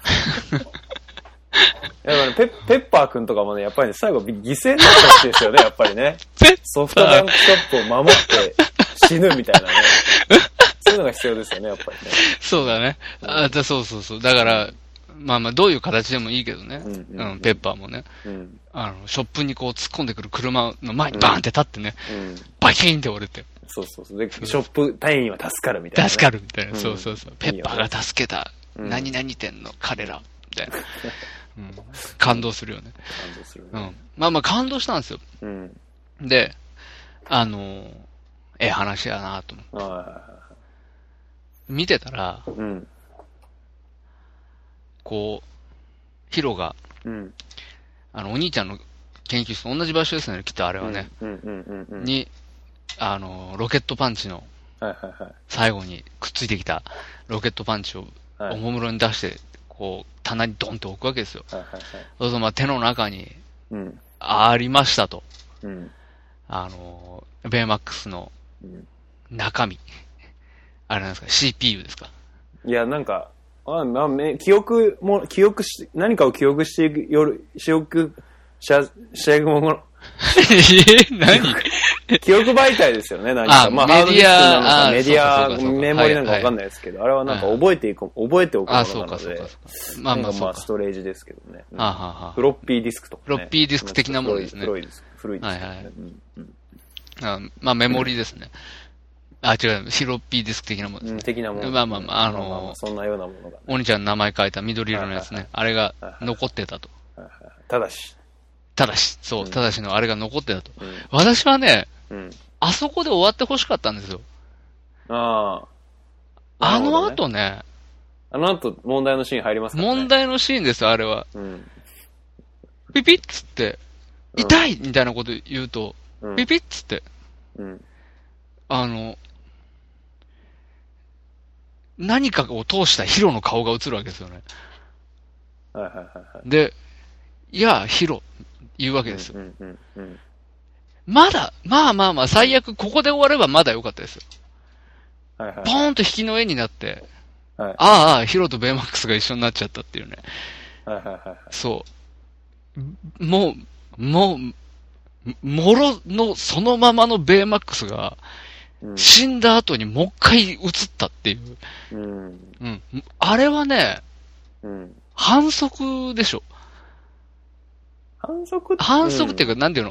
[SPEAKER 2] やっぱりペッパーくんとかもね、やっぱり、ね、最後犠牲になった人ですよね、やっぱりね。ソフトバンクショップを守って死ぬみたいなね。そういうのが必要ですよね、やっぱりね。
[SPEAKER 3] そうだね。そうそうそう。だから、まあまあ、どういう形でもいいけどね。ペッパーもね。ショップにこう突っ込んでくる車の前にバーンって立ってね。バキーンって折れて。
[SPEAKER 2] そうそうそう。で、ショップ隊員は助かるみたいな、
[SPEAKER 3] 助かるみたいな。そうそうそう。ペッパーが助けた。何々店の彼ら。みたいな。感動するよね。
[SPEAKER 2] 感動するね。
[SPEAKER 3] まあまあ感動したんですよ。で、話やなと思って。見てたら、こう、ヒロが、お兄ちゃんの研究室と同じ場所ですね、きっとあれはね。に、ロケットパンチの、最後にくっついてきたロケットパンチをおもむろに出して、こう、棚にドンと置くわけですよ。そうすると、まあ、手の中に、ありましたと。ベイマックスの中身。あれなんですか ?CPU ですか？
[SPEAKER 2] いや、なんか、何かを記憶して何記憶媒体ですよね、何か。まあ、ハードディスクなのか、メディア、メモリなんかわかんないですけど、あれはなんか覚えておくものなので、まあまあ、ストレージですけどね。フロッピーディスクとか。
[SPEAKER 3] フロッピーディスク的なものですね。
[SPEAKER 2] 古いです。
[SPEAKER 3] まあ、メモリですね。違う、フロッピーディスク的なものですね。
[SPEAKER 2] 的なもの。
[SPEAKER 3] まあまあまあ、
[SPEAKER 2] そんなようなものが。
[SPEAKER 3] お兄ちゃんの名前書いた緑色のやつね。あれが残ってたと。
[SPEAKER 2] ただし
[SPEAKER 3] のあれが残ってたと。私はね、あそこで終わってほしかったんですよ。あの後ね。
[SPEAKER 2] あの後問題のシーン入りますかね。
[SPEAKER 3] 問題のシーンですよ、あれは。ピピッつって、痛いみたいなこと言うと、ピピッつって、何かを通したヒロの顔が映るわけですよね。で、いや、ヒロ、言うわけですよ。まだ、まあ、最悪ここで終わればまだ良かったですよ。ポーンと引きの絵になって、ヒロとベイマックスが一緒になっちゃったっていうね。そう。もろのそのままのベイマックスが、死んだ後にもう一回映ったっていう。あれはね、反則でしょ。反則っていうか、なんていうの、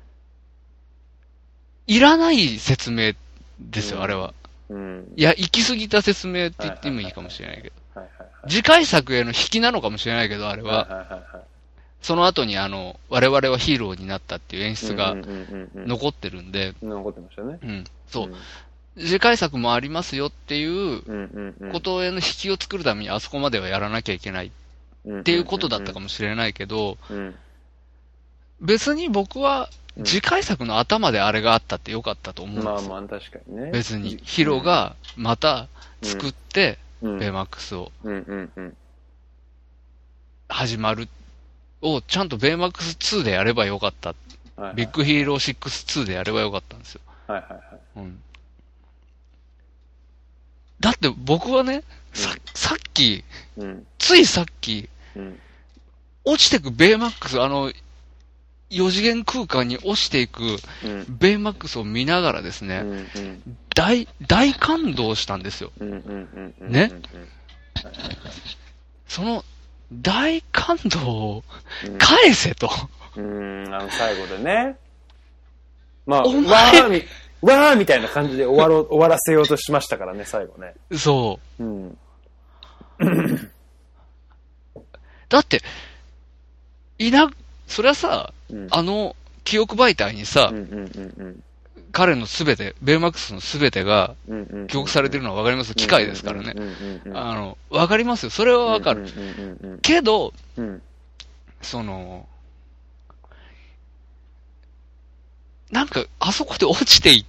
[SPEAKER 3] いらない説明ですよ、あれは。いや、行き過ぎた説明って言ってもいいかもしれないけど。次回作への引きなのかもしれないけど、あれは。その後に我々はヒーローになったっていう演出が残ってるんで。
[SPEAKER 2] 残ってましたね。
[SPEAKER 3] そう。次回作もありますよっていうことへの引きを作るためにあそこまではやらなきゃいけないっていうことだったかもしれないけど、別に僕は次回作の頭であれがあったってよかったと思うんですよ。
[SPEAKER 2] まあ確かにね。
[SPEAKER 3] 別にヒロがまた作って、ベイマックスを始まるをちゃんとベイマックス2でやればよかった。ビッグヒーロー6-2でやればよかったんですよ。だって僕はね、さっき、ついさっき、 落ちてくベイマックス、4次元空間に落ちていくベイマックスを見ながらですね、大感動したんですよ。ね。その大感動を返せと。
[SPEAKER 2] 最後でね。まあ、
[SPEAKER 3] お前
[SPEAKER 2] わーみたいな感じで終わらせようとしましたからね、最後ね。
[SPEAKER 3] そう。だって、そりゃさ、記憶媒体にさ、彼のすべて、ベイマックスのすべてが記憶されてるのはわかります。機械ですからね。わかりますよ。それはわかる。けど、なんか、あそこで落ちていった、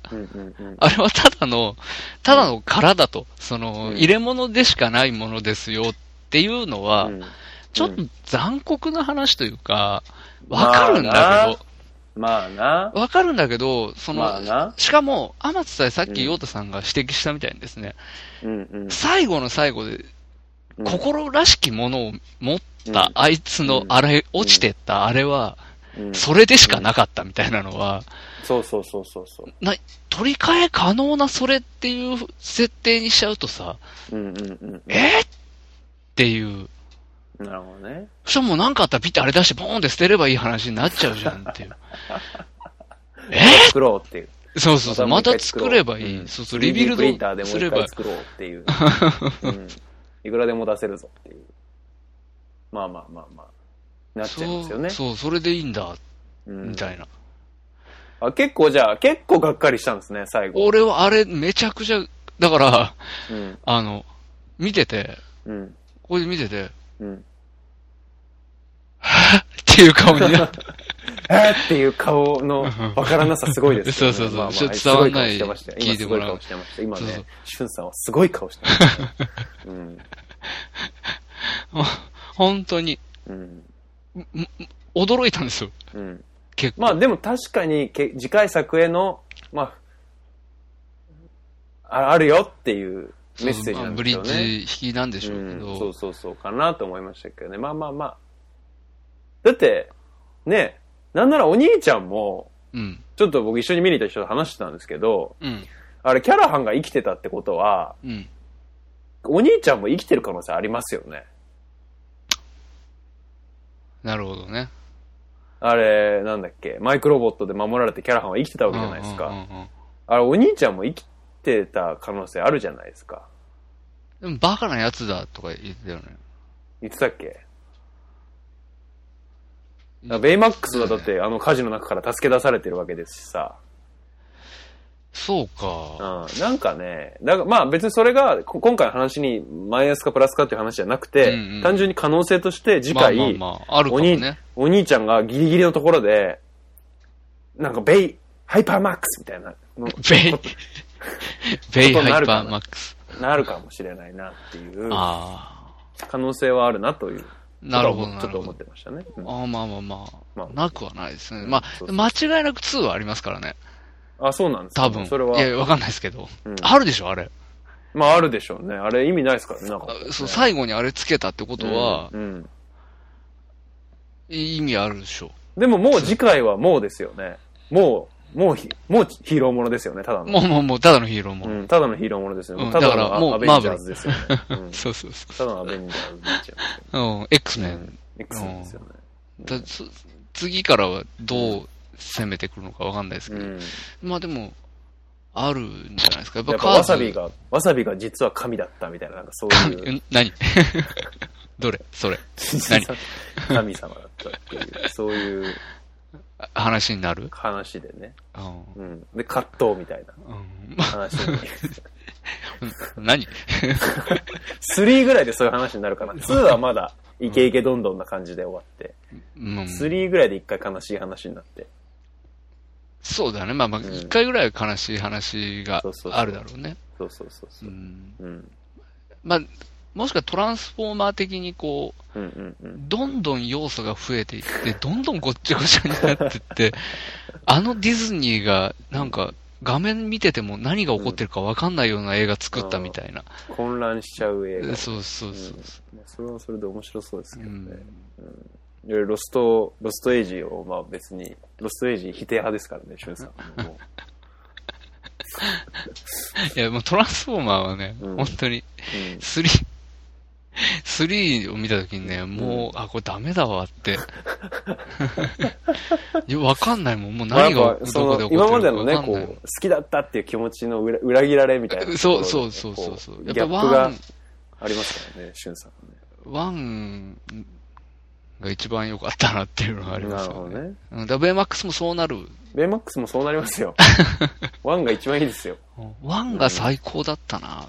[SPEAKER 3] あれはただの殻だと、入れ物でしかないものですよっていうのは、ちょっと残酷な話というか、わかるんだけど、
[SPEAKER 2] まあな。
[SPEAKER 3] わかるんだけど、しかも、天津さえさっき陽太さんが指摘したみたいにですね、最後の最後で、心らしきものを持ったあいつの落ちてったあれは、それでしかなかったみたいなのは、
[SPEAKER 2] そう。
[SPEAKER 3] 取り替え可能なそれっていう設定にしちゃうとさ、っていう。
[SPEAKER 2] なるほどね。
[SPEAKER 3] そしたらもう何かあったらピッてあれ出してポーンって捨てればいい話になっちゃうじゃんっていう。
[SPEAKER 2] 作ろうっていう。
[SPEAKER 3] そう。また作ればいい。リビルド
[SPEAKER 2] プリンターでもう一回作ろうっていう。いくらでも出せるぞっていう。まあ。なっちゃいますよね。
[SPEAKER 3] そう、それでいいんだ。みたいな。
[SPEAKER 2] 結構がっかりしたんですね、最後。
[SPEAKER 3] 俺はあれめちゃくちゃ、だから、見てて、ここで見てて、はぁっていう顔になった。
[SPEAKER 2] はぁっていう顔のわからなさすごいですよね。
[SPEAKER 3] そう。ちょっと伝わんない。
[SPEAKER 2] 聞いてもらう。今ね、シュンさんはすごい顔してました。
[SPEAKER 3] 本当に。驚いたんですよ。結構。
[SPEAKER 2] まあでも確かに次回作への、あるよっていうメッセージなんですよね。
[SPEAKER 3] ブリッジ引きなんでしょうけど。
[SPEAKER 2] そうかなと思いましたけどね。まあ。だって、ね、なんならお兄ちゃんも、ちょっと僕一緒に見に行った人と話してたんですけど、あれキャラハンが生きてたってことは、お兄ちゃんも生きてる可能性ありますよね。
[SPEAKER 3] なるほどね。
[SPEAKER 2] あれ、なんだっけ、マイクロボットで守られてキャラハンは生きてたわけじゃないですか。あれ、お兄ちゃんも生きてた可能性あるじゃないですか。
[SPEAKER 3] でもバカなやつだとか言ってたよね。
[SPEAKER 2] 言ってたっけ？ベイマックスはだって火事の中から助け出されてるわけですしさ。
[SPEAKER 3] そうか。
[SPEAKER 2] なんかね、まあ別にそれが今回の話にマイナスかプラスかっていう話じゃなくて、単純に可能性として次回、
[SPEAKER 3] あるかもね、
[SPEAKER 2] お兄ちゃんがギリギリのところで、なんかハイパーマックスみたいな。
[SPEAKER 3] ベイハイパーマックス。
[SPEAKER 2] なるかもしれないなっていう可能性はあるなという。
[SPEAKER 3] なるほど。
[SPEAKER 2] ちょっと思ってましたね。
[SPEAKER 3] まあ。なくはないですね。まあ、間違いなく2はありますからね。
[SPEAKER 2] そうなんですか。
[SPEAKER 3] 多分。
[SPEAKER 2] それは。
[SPEAKER 3] いや、わかんないですけど。あるでしょ、あれ。
[SPEAKER 2] まあ、あるでしょうね。あれ意味ないですからね。
[SPEAKER 3] そう、最後にあれつけたってことは、意味あるでしょ。
[SPEAKER 2] でももう次回はもうですよね。もうヒーローものですよね、ただの。
[SPEAKER 3] もう、ただのヒーローもの。
[SPEAKER 2] ただのヒーローものですよね。
[SPEAKER 3] だからもう、
[SPEAKER 2] アベンジャーズですよね。
[SPEAKER 3] そう。
[SPEAKER 2] ただのアベンジャーズになっちゃ
[SPEAKER 3] う。X メン。
[SPEAKER 2] X メンですよね。
[SPEAKER 3] 次からはどう攻めてくるのかわかんないですけど。まあでも、あるんじゃないですか。やっぱ
[SPEAKER 2] わさびが実は神だったみたいな、なんかそういう。
[SPEAKER 3] 何どれそれ。何
[SPEAKER 2] 神様だったっていう、そういう。
[SPEAKER 3] 話になる
[SPEAKER 2] 話でね。で、葛藤みたいな話に。
[SPEAKER 3] 何
[SPEAKER 2] ?3 ぐらいでそういう話になるかな。2はまだイケイケどんどんな感じで終わって。3ぐらいで一回悲しい話になって。
[SPEAKER 3] そうだね。まあ一回ぐらい悲しい話があるだろうね。
[SPEAKER 2] そう。
[SPEAKER 3] まあ、もしくはトランスフォーマー的にこう、どんどん要素が増えていって、どんどんごっちゃごちゃになっていって、ディズニーがなんか画面見てても何が起こってるか分かんないような映画作ったみたいな。
[SPEAKER 2] 混乱しちゃう映画。
[SPEAKER 3] そうそうそう。
[SPEAKER 2] それはそれで面白そうですけどね。ロストエイジを、まあ別に、ロストエイジ否定派ですからね、シュンさん。
[SPEAKER 3] いや、もうトランスフォーマーはね、本当に、3を見たときにね、もう、これダメだわって。わかんないもん、もう何がどこで起こってるか
[SPEAKER 2] 今までのね、こう、好きだったっていう気持ちの裏切られみたいな。
[SPEAKER 3] そう。
[SPEAKER 2] ギャップがありますからね、シュンさんはね。
[SPEAKER 3] 1が一番良かったなっていうのがありますよね。なるほどね。ベイマックスもそうなる。
[SPEAKER 2] ベイマックスもそうなりますよ。1が一番いいですよ。
[SPEAKER 3] 1が最高だったな。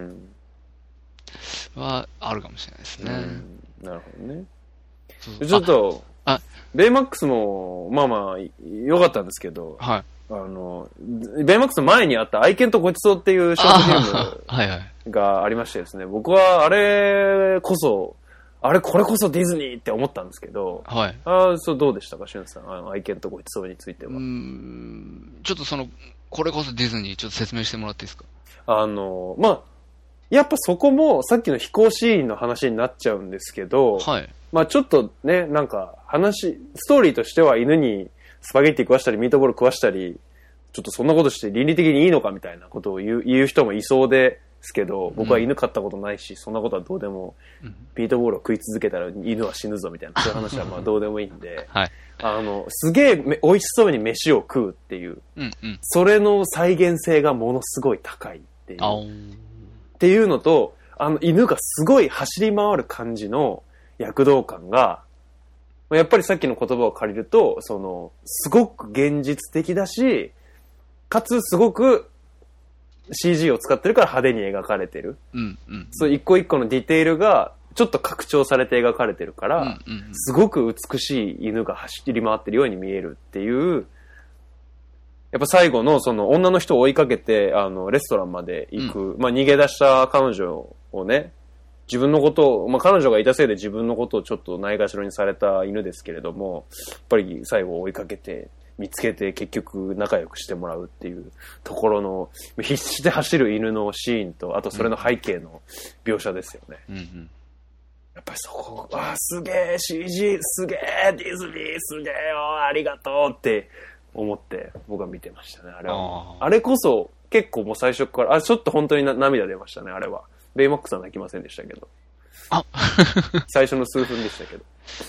[SPEAKER 3] はあるかもしれないですね。
[SPEAKER 2] なるほどね。ちょっと、ベイマックスも、まあまあ、良かったんですけど、
[SPEAKER 3] はい。
[SPEAKER 2] ベイマックスの前にあった愛犬とごちそうっていうショートフィルムがありましてですね、僕はこれこそディズニーって思ったんですけど、
[SPEAKER 3] はい。
[SPEAKER 2] そうどうでしたか、しゅんさん。愛犬とごちそうについては。
[SPEAKER 3] ちょっとこれこそディズニーちょっと説明してもらっていいですか？
[SPEAKER 2] まあ、やっぱそこもさっきの飛行シーンの話になっちゃうんですけど、
[SPEAKER 3] はい。
[SPEAKER 2] まあちょっとね、なんかストーリーとしては犬にスパゲッティ食わしたりミートボール食わしたり、ちょっとそんなことして倫理的にいいのかみたいなことを言う人もいそうですけど、僕は犬飼ったことないし、そんなことはどうでも、ミートボールを食い続けたら犬は死ぬぞみたいな、そういう話はまあどうでもいいんで、
[SPEAKER 3] はい。
[SPEAKER 2] すげえ美味しそうに飯を食うっていう、それの再現性がものすごい高いっていう。っていうのと、犬がすごい走り回る感じの躍動感が、やっぱりさっきの言葉を借りると、すごく現実的だし、かつすごく CG を使ってるから派手に描かれてる。そう一個一個のディテールがちょっと拡張されて描かれてるから、すごく美しい犬が走り回ってるように見えるっていう、やっぱ最後の女の人を追いかけて、レストランまで行く、まあ逃げ出した彼女をね、自分のことを、まあ彼女がいたせいで自分のことをちょっとないがしろにされた犬ですけれども、やっぱり最後追いかけて、見つけて結局仲良くしてもらうっていうところの、必死で走る犬のシーンと、あとそれの背景の描写ですよね。やっぱりそこ、すげえ CG、すげえディズニー、すげえよ、ありがとうって思って僕は見てましたね、あれは。あれこそ結構もう最初から、ちょっと本当に涙出ましたね、あれは。ベイマックスは泣きませんでしたけど。最初の数分でしたけど。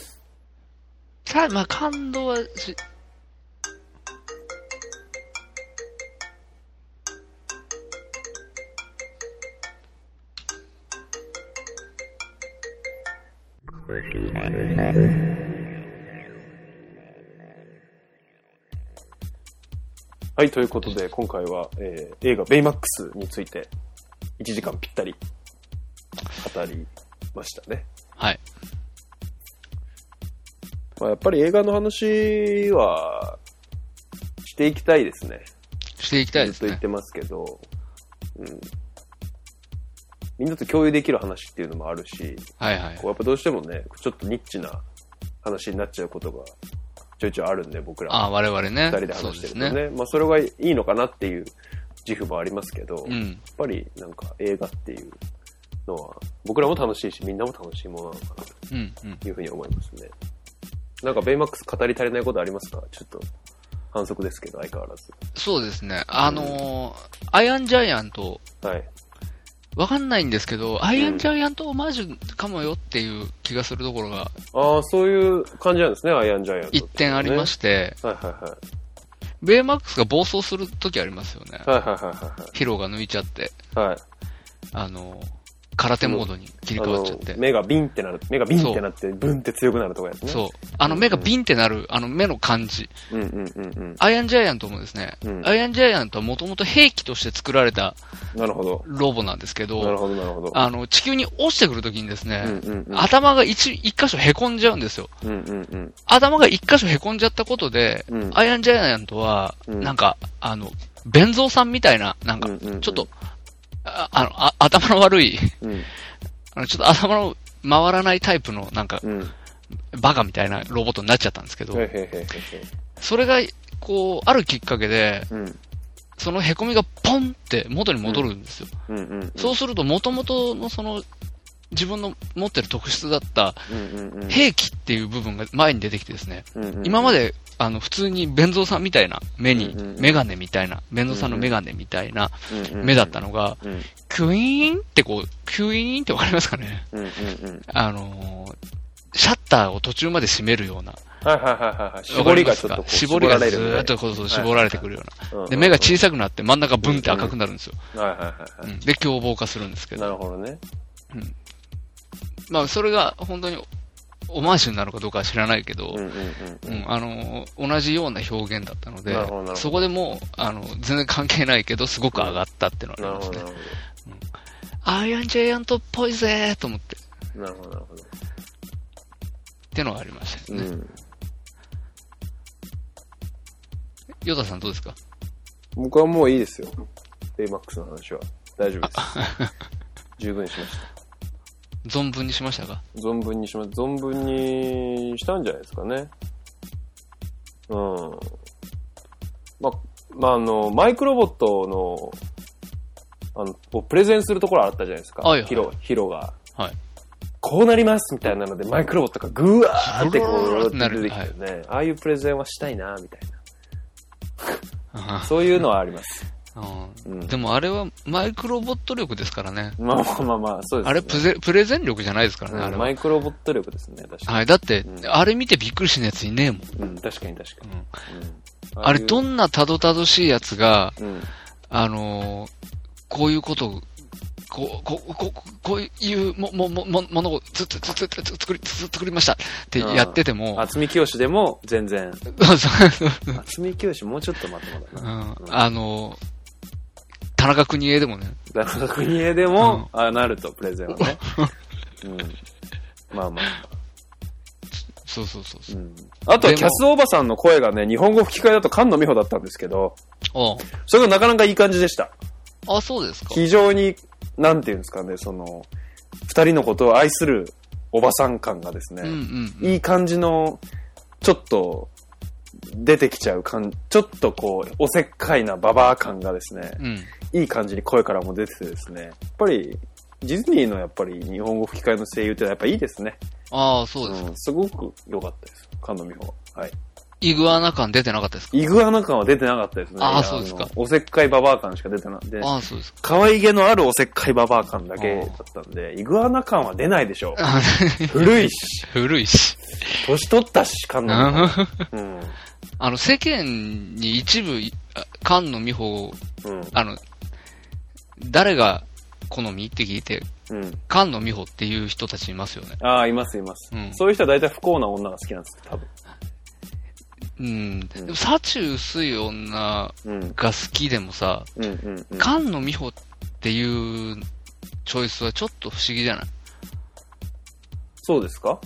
[SPEAKER 3] まあ感動は
[SPEAKER 2] はい、ということで今回は、映画ベイマックスについて1時間ぴったり語りましたね。
[SPEAKER 3] はい。
[SPEAKER 2] まあ、やっぱり映画の話はしていきたいですね。
[SPEAKER 3] していきたいですね。
[SPEAKER 2] ずっと言ってますけど、みんなと共有できる話っていうのもあるし、やっぱどうしてもね、ちょっとニッチな話になっちゃうことがちょいちょいあるんで、僕ら
[SPEAKER 3] 我々ね。
[SPEAKER 2] 二人で話してるとね。まあそれがいいのかなっていう自負もありますけど、やっぱりなんか映画っていうのは僕らも楽しいし、みんなも楽しいものなのかなというふうに思いますね。なんかベイマックス語り足りないことありますか？ちょっと反則ですけど、相変わらず。
[SPEAKER 3] そうですね。アイアンジャイアント、わかんないんですけど、アイアンジャイアントオマージュかもよっていう気がするところが。
[SPEAKER 2] そういう感じなんですね、アイアンジャイアント、
[SPEAKER 3] 一点ありまして、ベイマックスが暴走するときありますよね。ヒロが抜いちゃって。空手モードに切り替わっちゃって。
[SPEAKER 2] 目がビンってなって、ブンって強くなるとこやつね。
[SPEAKER 3] そう。目がビンってなる、目の感じ。アイアンジャイアントもですね、アイアンジャイアントはもともと兵器として作られたロボなんですけど、地球に落ちてくるときにですね、頭が一箇所凹んじゃうんですよ。頭が一箇所凹んじゃったことで、アイアンジャイアントは、なんか、弁蔵さんみたいな、なんか、ちょっと、頭の悪い、ちょっと頭の回らないタイプの、なんか、バカみたいなロボットになっちゃったんですけど、それが、こう、あるきっかけで、 その凹みがポンって元に戻るんですよ。そうすると元々のその自分の持ってる特質だった兵器っていう部分が前に出てきてですね、今まで普通に弁蔵さんみたいな目に、メガネみたいな、弁蔵さんのメガネみたいな目だったのが、キュイーンってこう、キュイーンってわかりますかね？シャッターを途中まで閉めるような。
[SPEAKER 2] 絞りがちょっと
[SPEAKER 3] 絞りがずーっとこう絞られてくるような。で、目が小さくなって真ん中ブンって赤くなるんですよ。で、凶暴化するんですけど。
[SPEAKER 2] なるほどね。
[SPEAKER 3] まあ、それが本当にオマージュになるかどうかは知らないけど、同じような表現だったので、そこでもう、全然関係ないけど、すごく上がったっていうのがありますね。アイアンジャイアントっぽいぜーと思って。
[SPEAKER 2] なるほど、なるほど。
[SPEAKER 3] っていうのがありましたよね。ヨタさんどうですか？
[SPEAKER 2] 僕はもういいですよ。ベイマックスの話は。大丈夫です。十分にしました。
[SPEAKER 3] 存分にしましたか？
[SPEAKER 2] 存分にしたんじゃないですかね。マイクロボットの、プレゼンするところあったじゃないですか。ヒロが。はい。こうなりますみたいなので、マイクロボットがぐわーってこう、出てきてね。ああいうプレゼンはしたいな、みたいな。そういうのはあります。
[SPEAKER 3] でもあれはマイクロボット力ですからね。
[SPEAKER 2] まあ、そうですね。
[SPEAKER 3] あれプレゼン力じゃないですからね、あれは。
[SPEAKER 2] マイクロボット力ですね、確かに。
[SPEAKER 3] はい、だって、あれ見てびっくりしないやついねえもん。
[SPEAKER 2] 確かに。
[SPEAKER 3] あれどんなたどたどしいやつが、こういうことを、こういうものを作りましたってやってても。
[SPEAKER 2] 渥美清でも全然。渥美清もうちょっとまともだな。
[SPEAKER 3] 田中邦衛でもね。
[SPEAKER 2] 田中邦衛でも、なると、プレゼンはね。まあ。
[SPEAKER 3] そう。
[SPEAKER 2] あとはキャスおばさんの声がね、日本語吹き替えだと菅野美穂だったんですけど、それがなかなかいい感じでした。
[SPEAKER 3] あ、そうですか。
[SPEAKER 2] 非常に、なんていうんですかね、二人のことを愛するおばさん感がですね、いい感じの、ちょっと、出てきちゃうちょっとこう、おせっかいなババア感がですね、いい感じに声からも出ててですね、やっぱり、ディズニーのやっぱり日本語吹き替えの声優ってやっぱいいですね。
[SPEAKER 3] ああ、そうですか。
[SPEAKER 2] すごく良かったです。菅野美穂。はい。
[SPEAKER 3] イグアナ感出てなかったですか？
[SPEAKER 2] イグアナ感は出てなかったですね。
[SPEAKER 3] ああ、そうですか。
[SPEAKER 2] おせっかいババア感しか出てなくて。
[SPEAKER 3] ああ、そうですか。
[SPEAKER 2] 可愛げのあるおせっかいババア感だけだったんで、イグアナ感は出ないでしょう。古いし。年取ったし、菅野美穂。
[SPEAKER 3] 世間に一部、菅野美穂、誰が好みって聞いて、菅野美穂っていう人たちいますよね。
[SPEAKER 2] ああ、います。そういう人は大体不幸な女が好きなんです、多分。
[SPEAKER 3] でも、幸薄い女が好きでもさ、菅野美穂っていうチョイスはちょっと不思議じゃない？
[SPEAKER 2] そうですか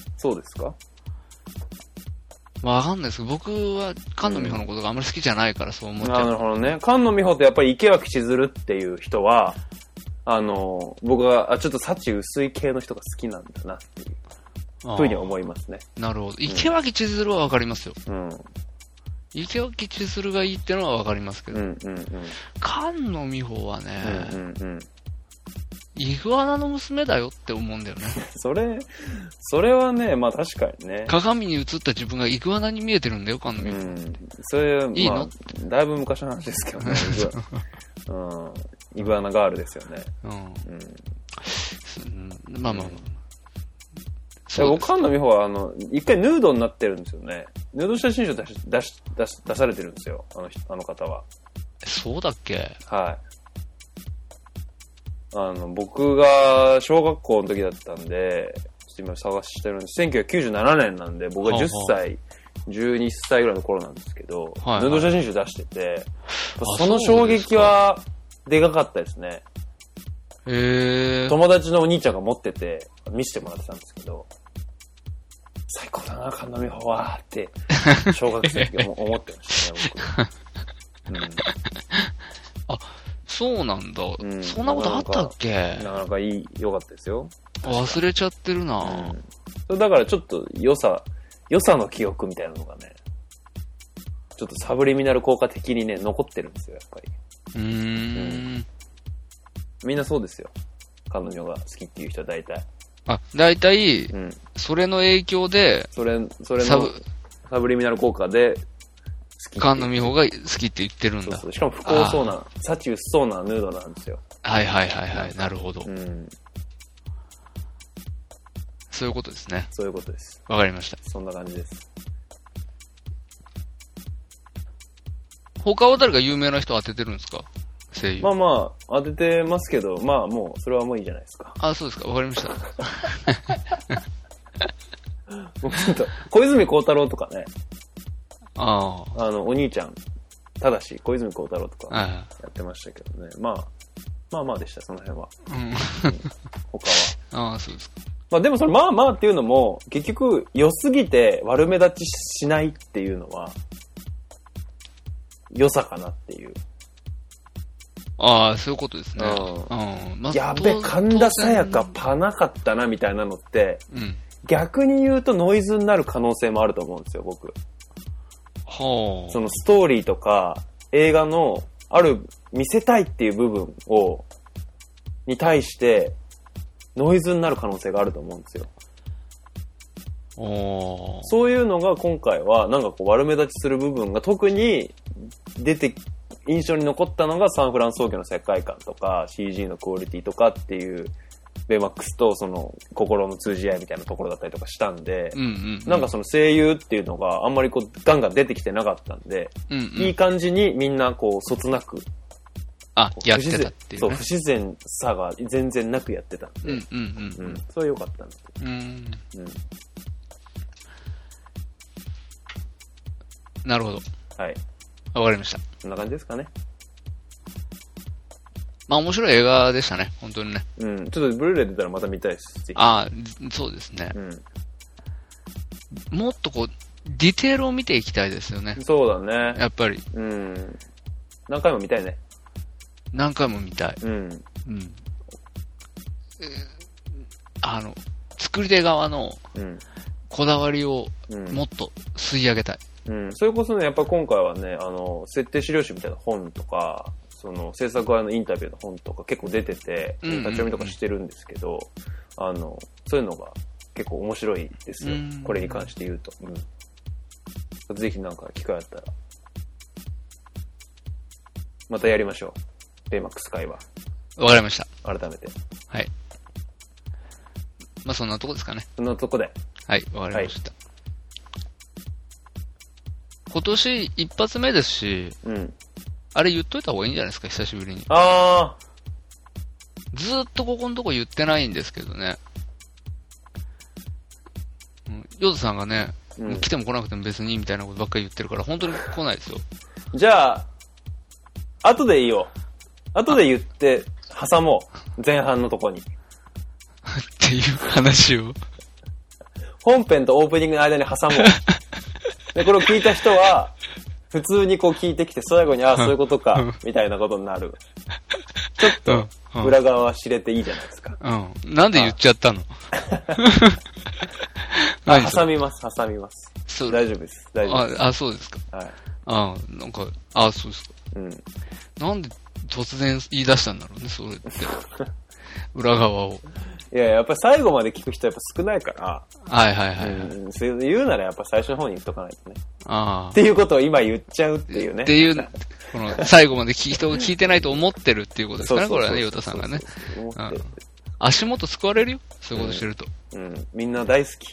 [SPEAKER 3] わかんないですけど、僕は菅野美穂のことがあんまり好きじゃないからそう思っちゃう。
[SPEAKER 2] なるほどね。菅野美穂ってやっぱり池脇千鶴っていう人は、僕は、ちょっと幸薄い系の人が好きなんだなっていうふうに思いますね。
[SPEAKER 3] なるほど。池脇千鶴はわかりますよ。池脇千鶴がいいってのはわかりますけど。菅野美穂はね、イグアナの娘だよって思うんだよね。
[SPEAKER 2] それはね、まあ確かにね。
[SPEAKER 3] 鏡に映った自分がイグアナに見えてるんだよ、菅野美穂。
[SPEAKER 2] それ、
[SPEAKER 3] いいの？
[SPEAKER 2] だいぶ昔の話ですけどね。イグアナガールですよね。
[SPEAKER 3] まあ。
[SPEAKER 2] 僕、菅野美穂は、一回ヌードになってるんですよね。ヌード写真集出されてるんですよ。あの方は。
[SPEAKER 3] そうだっけ？
[SPEAKER 2] はい。僕が小学校の時だったんで、ちょっと今探してるんです。1997年なんで、僕が10歳、12歳ぐらいの頃なんですけど、ヌード写真集出してて、その衝撃はでかかったですね。友達のお兄ちゃんが持ってて、見せてもらってたんですけど、最高だな、菅野美穂は、って、小学生の時思ってましたね、僕。
[SPEAKER 3] そうなんだ。そんなことあったっけ？
[SPEAKER 2] なかなか良かったですよ。
[SPEAKER 3] 忘れちゃってるな。
[SPEAKER 2] だからちょっと良さの記憶みたいなのがね、ちょっとサブリミナル効果的にね、残ってるんですよ、やっぱり。 みんなそうですよ。菅野美穂が好きっていう人は大体。
[SPEAKER 3] あ、大体、それの影響で、
[SPEAKER 2] それのサブリミナル効果で、
[SPEAKER 3] 菅野美穂が好きって言ってるんだ。
[SPEAKER 2] そうしかも不幸そうな、幸薄そうなヌードなんですよ。
[SPEAKER 3] はいはいはいはい。なるほど。そういうことですね。
[SPEAKER 2] そういうことです。
[SPEAKER 3] わかりました。
[SPEAKER 2] そんな感じです。
[SPEAKER 3] 他は誰か有名な人当ててるんですか？声優。
[SPEAKER 2] まあまあ、当ててますけど、まあもう、それはもういいじゃないですか。
[SPEAKER 3] あ、そうですか。わかりました。
[SPEAKER 2] 僕ちょっと、小泉孝太郎とかね。
[SPEAKER 3] お
[SPEAKER 2] 兄ちゃん、ただし、小泉孝太郎とかやってましたけどね。まあでした、その辺は。他
[SPEAKER 3] は。ああ、そうですか。
[SPEAKER 2] まあでもそれ、まあまあっていうのも、結局、良すぎて悪目立ちしないっていうのは、良さかなっていう。
[SPEAKER 3] ああ、そういうことですね。
[SPEAKER 2] やべ、神田沙也加パなかったなみたいなのって、逆に言うとノイズになる可能性もあると思うんですよ、僕。そのストーリーとか映画のある見せたいっていう部分に対してノイズになる可能性があると思うんですよ。そういうのが今回はなんかこう悪目立ちする部分が特に印象に残ったのがサンフラン早期の世界観とか CG のクオリティとかっていうベイマックスとその心の通じ合いみたいなところだったりとかしたんで、なんかその声優っていうのがあんまりこうガンガン出てきてなかったんで、いい感じにみんなこうそつなく
[SPEAKER 3] やってたっていう、ね、
[SPEAKER 2] そう不自然さが全然なくやってたんで、それは良かったんです。
[SPEAKER 3] なるほど。
[SPEAKER 2] はい。
[SPEAKER 3] わかりました。
[SPEAKER 2] そんな感じですかね。
[SPEAKER 3] まあ面白い映画でしたね、本当にね。
[SPEAKER 2] ちょっとブルーレイ出たらまた見たいです。
[SPEAKER 3] そうですね。もっとこう、ディテールを見ていきたいですよね。
[SPEAKER 2] そうだね。
[SPEAKER 3] やっぱり。
[SPEAKER 2] 何回も見たいね。
[SPEAKER 3] 何回も見たい。作り手側のこだわりをもっと吸い上げたい。
[SPEAKER 2] それこそね、やっぱ今回はね、設定資料集みたいな本とか、その制作側のインタビューの本とか結構出てて、立ち読みとかしてるんですけど、そういうのが結構面白いですよ。これに関して言うと。ぜひなんか機会あったら、またやりましょう。ベイマックス会は。
[SPEAKER 3] わかりました。
[SPEAKER 2] 改めて。
[SPEAKER 3] はい。まあそんなとこですかね。
[SPEAKER 2] そんなとこで。
[SPEAKER 3] はい、わかりました。今年一発目ですし、あれ言っといた方がいいんじゃないですか、久しぶりに。ずっとここのとこ言ってないんですけどね。ヨドさんがね、来ても来なくても別にいいみたいなことばっかり言ってるから、本当に来ないですよ。
[SPEAKER 2] じゃあ、後でいいよ。後で言って、挟もう。前半のとこに。
[SPEAKER 3] っていう話を。
[SPEAKER 2] 本編とオープニングの間に挟もう。で、これを聞いた人は、普通にこう聞いてきて、最後に、そういうことか、みたいなことになる。ちょっと、裏側は知れていいじゃないですか。
[SPEAKER 3] なんで言っちゃったの？
[SPEAKER 2] 挟みます。大丈夫です。大丈夫です。
[SPEAKER 3] そうですか。
[SPEAKER 2] はい。
[SPEAKER 3] なんか、そうですか。なんで突然言い出したんだろうね、それって。裏側を。
[SPEAKER 2] いや、やっぱり最後まで聞く人やっぱ少ないから。そう言うならやっぱ最初の方に言っとかないとね。っていうことを今言っちゃうっていうね。
[SPEAKER 3] っていう、この最後まで人が聞いてないと思ってるっていうことですかね、これはね、ヨタさんがね。足元救われるよ、そういうことしてると。
[SPEAKER 2] みんな大好き。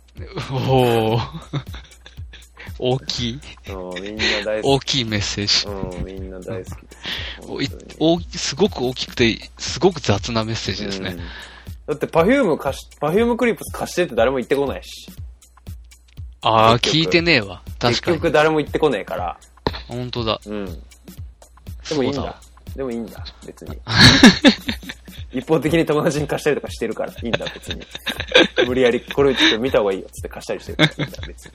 [SPEAKER 3] 大きい。
[SPEAKER 2] みんな大好き。
[SPEAKER 3] 大きいメッセー
[SPEAKER 2] ジ。みんな大好
[SPEAKER 3] きです。すごく大きくて、すごく雑なメッセージですね。
[SPEAKER 2] だってパフュームクリップス貸してって誰も言ってこないし。
[SPEAKER 3] 聞いてねえわ。確かに。
[SPEAKER 2] 結局誰も言ってこねえから。
[SPEAKER 3] 本当だ。
[SPEAKER 2] でもいいんだ。別に。一方的に友達に貸したりとかしてるから、いいんだ、別に。無理やり、これちょっと見た方がいいよ、つって貸したりしてるから、いいんだ、別に。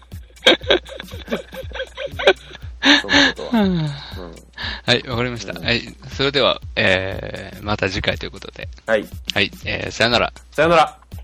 [SPEAKER 2] そんなことは。
[SPEAKER 3] はい、わかりました。はい、それでは、また次回ということで。
[SPEAKER 2] はい。
[SPEAKER 3] はい、さよなら。
[SPEAKER 2] さよなら。